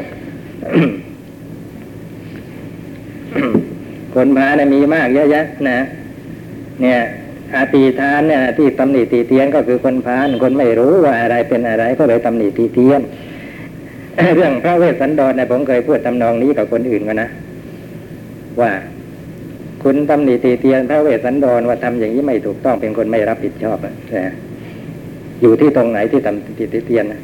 คนพาลมีมากเยอะแยะนะเนี่ยอาตีทานเนี่ยที่ตำหนิตีเตียนก็คือคนพาลคนไม่รู้ว่าอะไรเป็นอะไรก็เลยตำหนิตีเตียน เรื่องพระเวสสันดรเนี่ยผมเคยพูดทำนองนี้กับคนอื่นกันนะว่าคุณตำหนิตีเตียนพระเวสสันดรว่าทำอย่างนี้ไม่ถูกต้องเป็นคนไม่รับผิดชอบนะอยู่ที่ตรงไหนที่ตำหนิตีเตียนนะ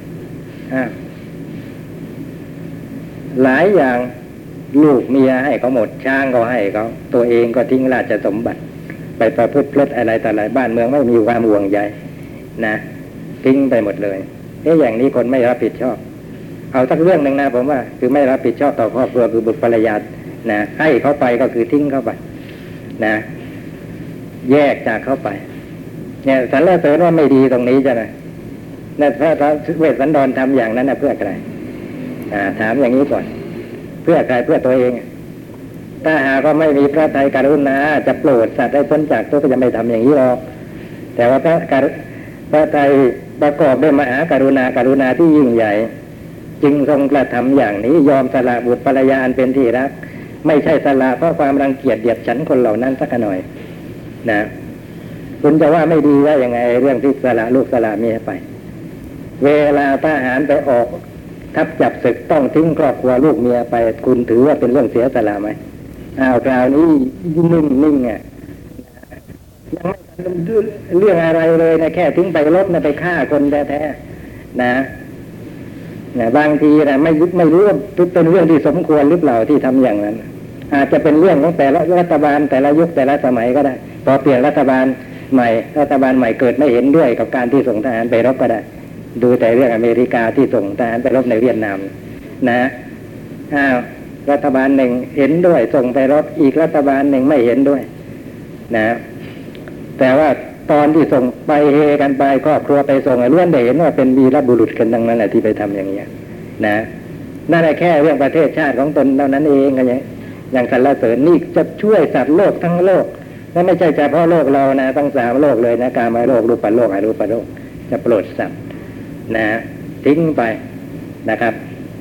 หลายอย่างลูกเมียให้เขาหมดช้างก็ให้เขาตัวเองก็ทิ้งราชสมบัติไปประพฤติเพลิดอะไรแต่หลายบ้านเมืองไม่มีความห่วงใยนะทิ้งไปหมดเลยเอ๊ะอย่างนี้คนไม่รับผิดชอบเอาสักเรื่องหนึ่งนะผมว่าคือไม่รับผิดชอบต่อครอบครัวคือบุตรภรรยานะให้เขาไปก็คือทิ้งเขาไปนะแยกจากเขาไปเนี่ยสรรเสริญว่าไม่ดีตรงนี้จ้ะนะนั่นพระเวสสันดรทำอย่างนั้นนะเพื่อใครอ่าถามอย่างนี้ก่อนเพื่อใครเพื่อตัวเองถ้าหากว่าไม่มีพระทัยกรุณาจะโปรดสัตว์ให้พ้นจากทุกข์ก็จะไม่ทำอย่างนี้หรอกแต่ว่าพระพระทัยประกอบด้วยมหากรุณากรุณาที่ยิ่งใหญ่จึงทรงกระทำอย่างนี้ยอมสละบุตรภรรยาอันเป็นที่รักไม่ใช่สละเพราะความรังเกียจเดียดฉันคนเหล่านั้นสักหน่อยนะคุณจะว่าไม่ดีว่าอย่างไงเรื่องที่สละลูกสละเมียไปเวลาทหารไปออกทัพจับศึกต้องทิ้งครอบครัวลูกเมียไปคุณถือว่าเป็นเรื่องเสียสละไหมอ้าวคราวนี้นิ่งนิ่งอ่ะยังไม่เรื่องอะไรเลยนะแค่ทิ้งไปลบนะไปฆ่าคนแท้ๆนะนะบางทีนะไม่ไม่รู้ว่าเป็นเรื่องที่สมควรหรือเปล่าที่ทำอย่างนั้นอาจจะเป็นเรื่องของแต่ละรัฐบาลแต่ละยุคแต่ละสมัยก็ได้พอเปลี่ยนรัฐบาลใหม่รัฐบาลใหม่เกิดไม่เห็นด้วยกับการที่ส่งทหารไปรบก็ได้ดูแต่เรื่องอเมริกาที่ส่งทหารไปรบในเวียดนามนะอ้าวรัฐบาลหนึ่งเห็นด้วยส่งไปรบอีกรัฐบาลหนึ่งไม่เห็นด้วยนะแต่ว่าตอนที่ส่งไปเฮกันไปครอบครัวไปส่งล้วนได้เห็นว่าเป็นวีรบุรุษกันทั้งนั้นแหละที่ไปทำอย่างนี้นะนั่นแหละแค่เรื่องประเทศชาติของตนเท่านั้นเองกันอย่างอย่างสรรเสริญนี่จะช่วยสัตว์โลกทั้งโลกและไม่ใช่เฉพาะโลกเรานะทั้งสามโลกเลยนะกามโลกรูปโลกอรูปโลกจะโปรดสัตว์นะทิ้งไปนะครับ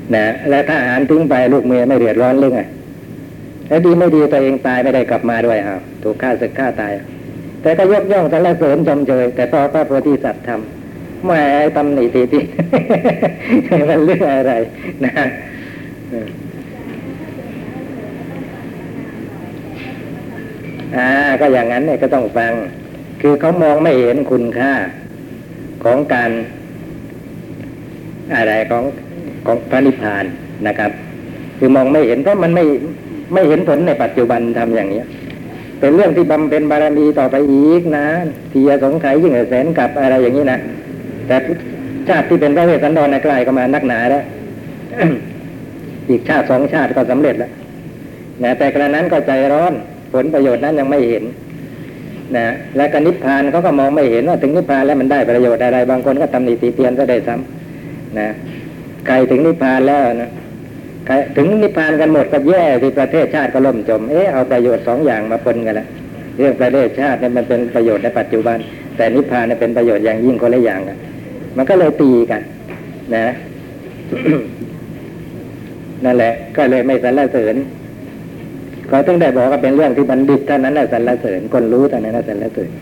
นะและถ้าหารทิ้งไปลูกเมียไม่เดือดร้อนเรื่องไงแล้วดีไม่ดีตัวเองตายไม่ได้กลับมาด้วยอ้าวถูกฆ่าศึกฆ่าตายแต่ก็ยกย่องสรรเสริญชมเชยแต่พอพระโพธิสัตว์ทำไม่ตำหนิตีตีมันเรื่องอะไรนะอ่าก็อย่างนั้นเนี่ยก็ต้องฟังคือเขามองไม่เห็นคุณค่าของการอะไรของของพระนิพพานนะครับคือมองไม่เห็นเพราะมันไม่ไม่เห็นผลในปัจจุบันทำอย่างนี้เป็นเรื่องที่บำเพ็ญบารมีต่อไปอีกนะที่จะสงสัยยิ่งแสนกับอะไรอย่างนี้นะแต่ชาติที่เป็นพระเวสสันดรในใกล้ก็มานักหนาแล้ว อีกชาติสองชาติก็สำเร็จแล้วนะแต่กระนั้นก็ใจร้อนผลประโยชน์นั้นยังไม่เห็นนะและกนิพพานเขาก็มองไม่เห็นว่าถึงนิพพานแล้วมันได้ประโยชน์อะไรบางคนก็ตำหนิติเตียนก็ได้ซ้ำนะใครถึงนิพพานแล้วนะใครถึงนิพพานกันหมดก็แย่ที่ประเทศชาติก็ล่มจมเออเอาประโยชน์สองอย่างมาปนกันละเรื่องประเทศชาติเนี่ยมันเป็นประโยชน์ในปัจจุบันแต่นิพพานเนี่ยเป็นประโยชน์อย่างยิ่งคนละอย่างกันมันก็เลยตีกันนะ นั่นแหละก็เลยไม่สรรเสริญก็ต้องได้บอกว่าเป็นเรื่องที่บัณฑิตเท่านั้นแหละสรรเสริญคนรู้เท่านั้นแหละสรรเสริญ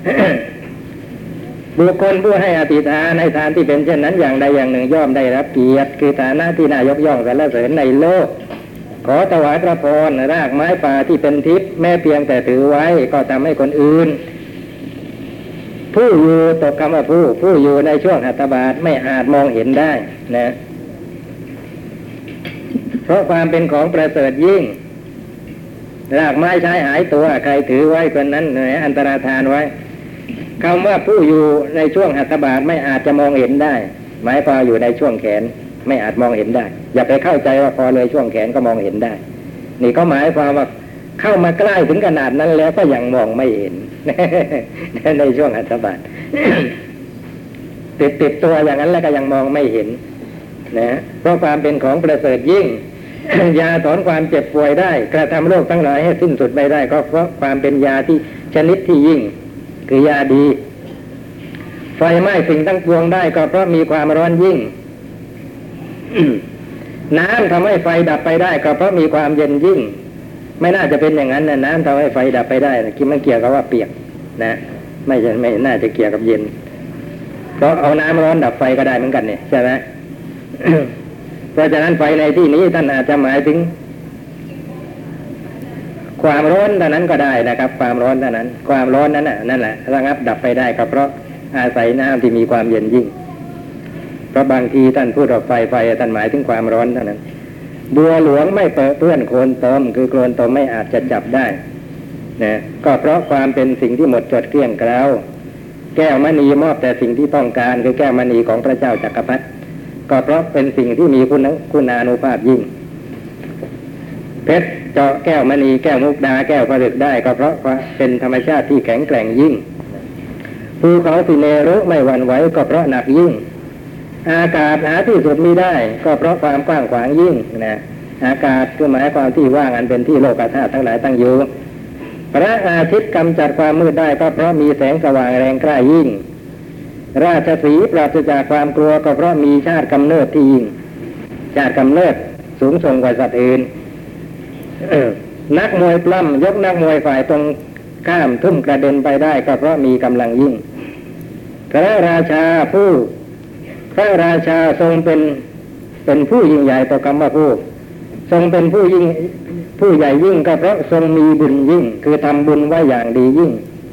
บุคคลผู้ให้อธิษฐานให้ทานที่เป็นเช่นนั้นอย่างใดอย่างหนึ่งย่อมได้รับเกียรติคือฐานะที่น่ายกย่องสรรเสริญในโลกขอถวายพระพรรากไม้ป่าที่เป็นทิพย์แม้เพียงแต่ถือไว้ก็ทำให้คนอื่นผู้อยู่ตกคำว่าผู้ผู้อยู่ในช่วงหัตถบาทไม่อาจมองเห็นได้นะเพราะความเป็นของประเสริฐยิ่งรากไม้ใช้หายตัวใครถือไว้คนนั้นเนี่ยอันตรธานไว้คำว่าผู้อยู่ในช่วงหัตถบาทไม่อาจจะมองเห็นได้หมายความอยู่ในช่วงแขนไม่อาจมองเห็นได้อย่าไปเข้าใจว่าพอเลยช่วงแขนก็มองเห็นได้นี่ก็หมายความว่าเข้ามาใกล้ถึงขนาดนั้นแล้วก็ยังมองไม่เห็น ในช่วงหัตถบาท ติดติดตัวอย่างนั้นแล้วก็ยังมองไม่เห็นนะเพราะความเป็นของประเสริฐยิ่ง ยาถอนความเจ็บป่วยได้กระทำโรคทั้งหลายให้สิ้นสุดไปได้ก็เพราะความเป็นยาที่ชนิดที่ยิ่งคือยาดีไฟไหม้สิ่งทั้งปวงได้ก็เพราะมีความร้อนยิ่ง น้ำทำให้ไฟดับไปได้ก็เพราะมีความเย็นยิ่งไม่น่าจะเป็นอย่างนั้นนะน้ำทำให้ไฟดับไปได้คิดมันเกี่ยวกับว่าเปียกนะไม่ใช่ไม่น่าจะเกี่ยวกับเย็นเพราะเอาน้ำร้อนดับไฟก็ได้เหมือนกันเนี่ยใช่ไหม เพราะฉะนั้นไฟในที่นี้ท่านอาจจะหมายถึงความร้อนเท่านั้นก็ได้นะครับความร้อนเท่านั้นความร้อนนั้นน่ะนั่นแหละระงับดับไปได้ก็เพราะอาศัยน้ำที่มีความเย็นยิ่งเพราะบางทีท่านพูดว่าไฟไฟท่านหมายถึงความร้อนเท่านั้นบัวหลวงไม่เปื้อนโคลนตมคือโคลนตมไม่อาจจะจับได้นะก็เพราะความเป็นสิ่งที่หมดจดเกลี้ยงเกลาแก้วมณีมอบแต่สิ่งที่ต้องการคือแก้วมณีของพระเจ้าจักรพรรดิก็เพราะเป็นสิ่งที่มีคุณคุณานุภาพยิ่งเพชรเจาะแก้วมณีแก้วมุกดาแก้วผลึกได้ก็เพราะเป็นธรรมชาติที่แข็งแกร่งยิ่งภูเขาสิเนรุไม่หวั่นไหวก็เพราะหนักยิ่งอากาศหาที่สุดมิได้ก็เพราะความกว้างขวางยิ่งนะอากาศคือหมายความที่ว่างอันเป็นที่โลกธาตุทั้งหลายตั้งอยู่พระอาทิตย์กำจัดความมืดได้ก็เพราะมีแสงสว่างแรงกล้ายิ่งราชสีห์ปราศจากความกลัวก็เพราะมีชาติกำเนิดที่ยิ่งชาติกำเนิดสูงส่งกว่าสัตว์อื่น นักมวยปล้ำยกนักมวยฝ่ายตรงข้ามทุ่มกระเด็นไปได้ก็เพราะมีกำลังยิ่งพระราชาผู้พระราชาทรงเป็นเป็นผู้ยิ่งใหญ่ต่อคำว่าผู้ทรงเป็นผู้ยิ่งผู้ใหญ่ยิ่งก็เพราะทรงมีบุญยิ่งคือทำบุญไว้อย่างดียิ่ง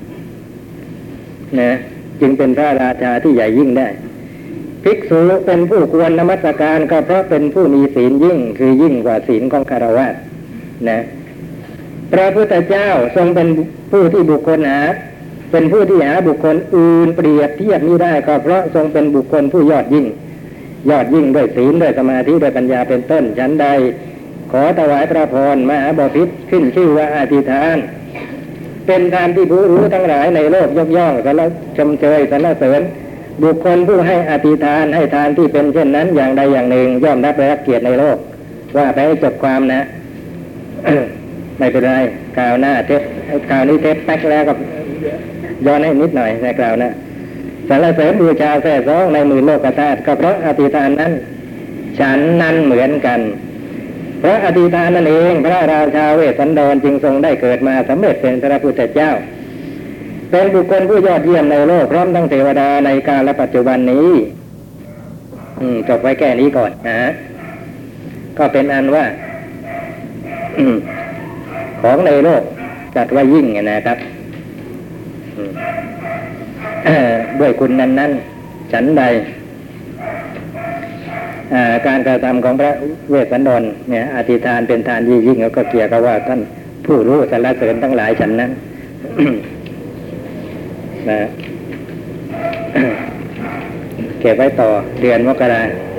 นะจึงเป็นพระราชาที่ใหญ่ยิ่งได้ภิกษุเป็นผู้ควรนมัสการก็เพราะเป็นผู้มีศีลยิ่งคือยิ่งกว่าศีลของฆราวาสนะพระพุทธเจ้าทรงเป็นผู้ที่บุคคลหาเป็นผู้ที่หาบุคคลอื่นเปรียบเทียบมิได้ก็เพราะทรงเป็นบุคคลผู้ยอดยิ่งยอดยิ่งด้วยศีลด้วยสมาธิด้วยปัญญาเป็นต้นฉันใดขอถวายพระพรมหาบพิตรขึ้นชื่อว่าอธิษฐานเป็นธรรมที่ผู้รู้ทั้งหลายในโลกยกย่องสรรชมเชยสรรเสริญบุคคลผู้ให้อธิษฐานให้ทานที่เป็นเช่นนั้นอย่างใดอย่างหนึ่งย่อมได้รับเกียรติในโลกว่าไปให้จบความนะ ไม่เป็นไรกล่าวหน้าเทปกล่าวนี้เทปแป๊กแล้วก็ย้อนให้นิดหน่อยในกล่าวนะสรรเสริญบูชาแท้ซองในหมื่นโลกธาตุก็เพราะอธิษฐานนั้นฉันนั้นเหมือนกันเพราะอดีตนั่นเองพระราชาเวสสันดรจึงทรงได้เกิดมาสำเร็จเป็นพระพุทธเจ้าเป็นบุคคลผู้ยอดเยี่ยมในโลกพร้อมทั้งเทวดาในกาลปัจจุบันนี้อืมจบไว้แค่นี้ก่อนนะก็เป็นอันว่าของในโลกจัดว่ายิ่งนะครับด้วยคุณนั้นนั้นฉันใดการกระทำของพระเวสสันดรเนี่ยอธิษฐานเป็นทานยิ่งยิ่งแล้วก็เกี่ยวกับว่าท่านผู้รู้สรรเสริญทั้งหลายฉันนั้น นะ เก็บไว้ต่อเดือนมกราคม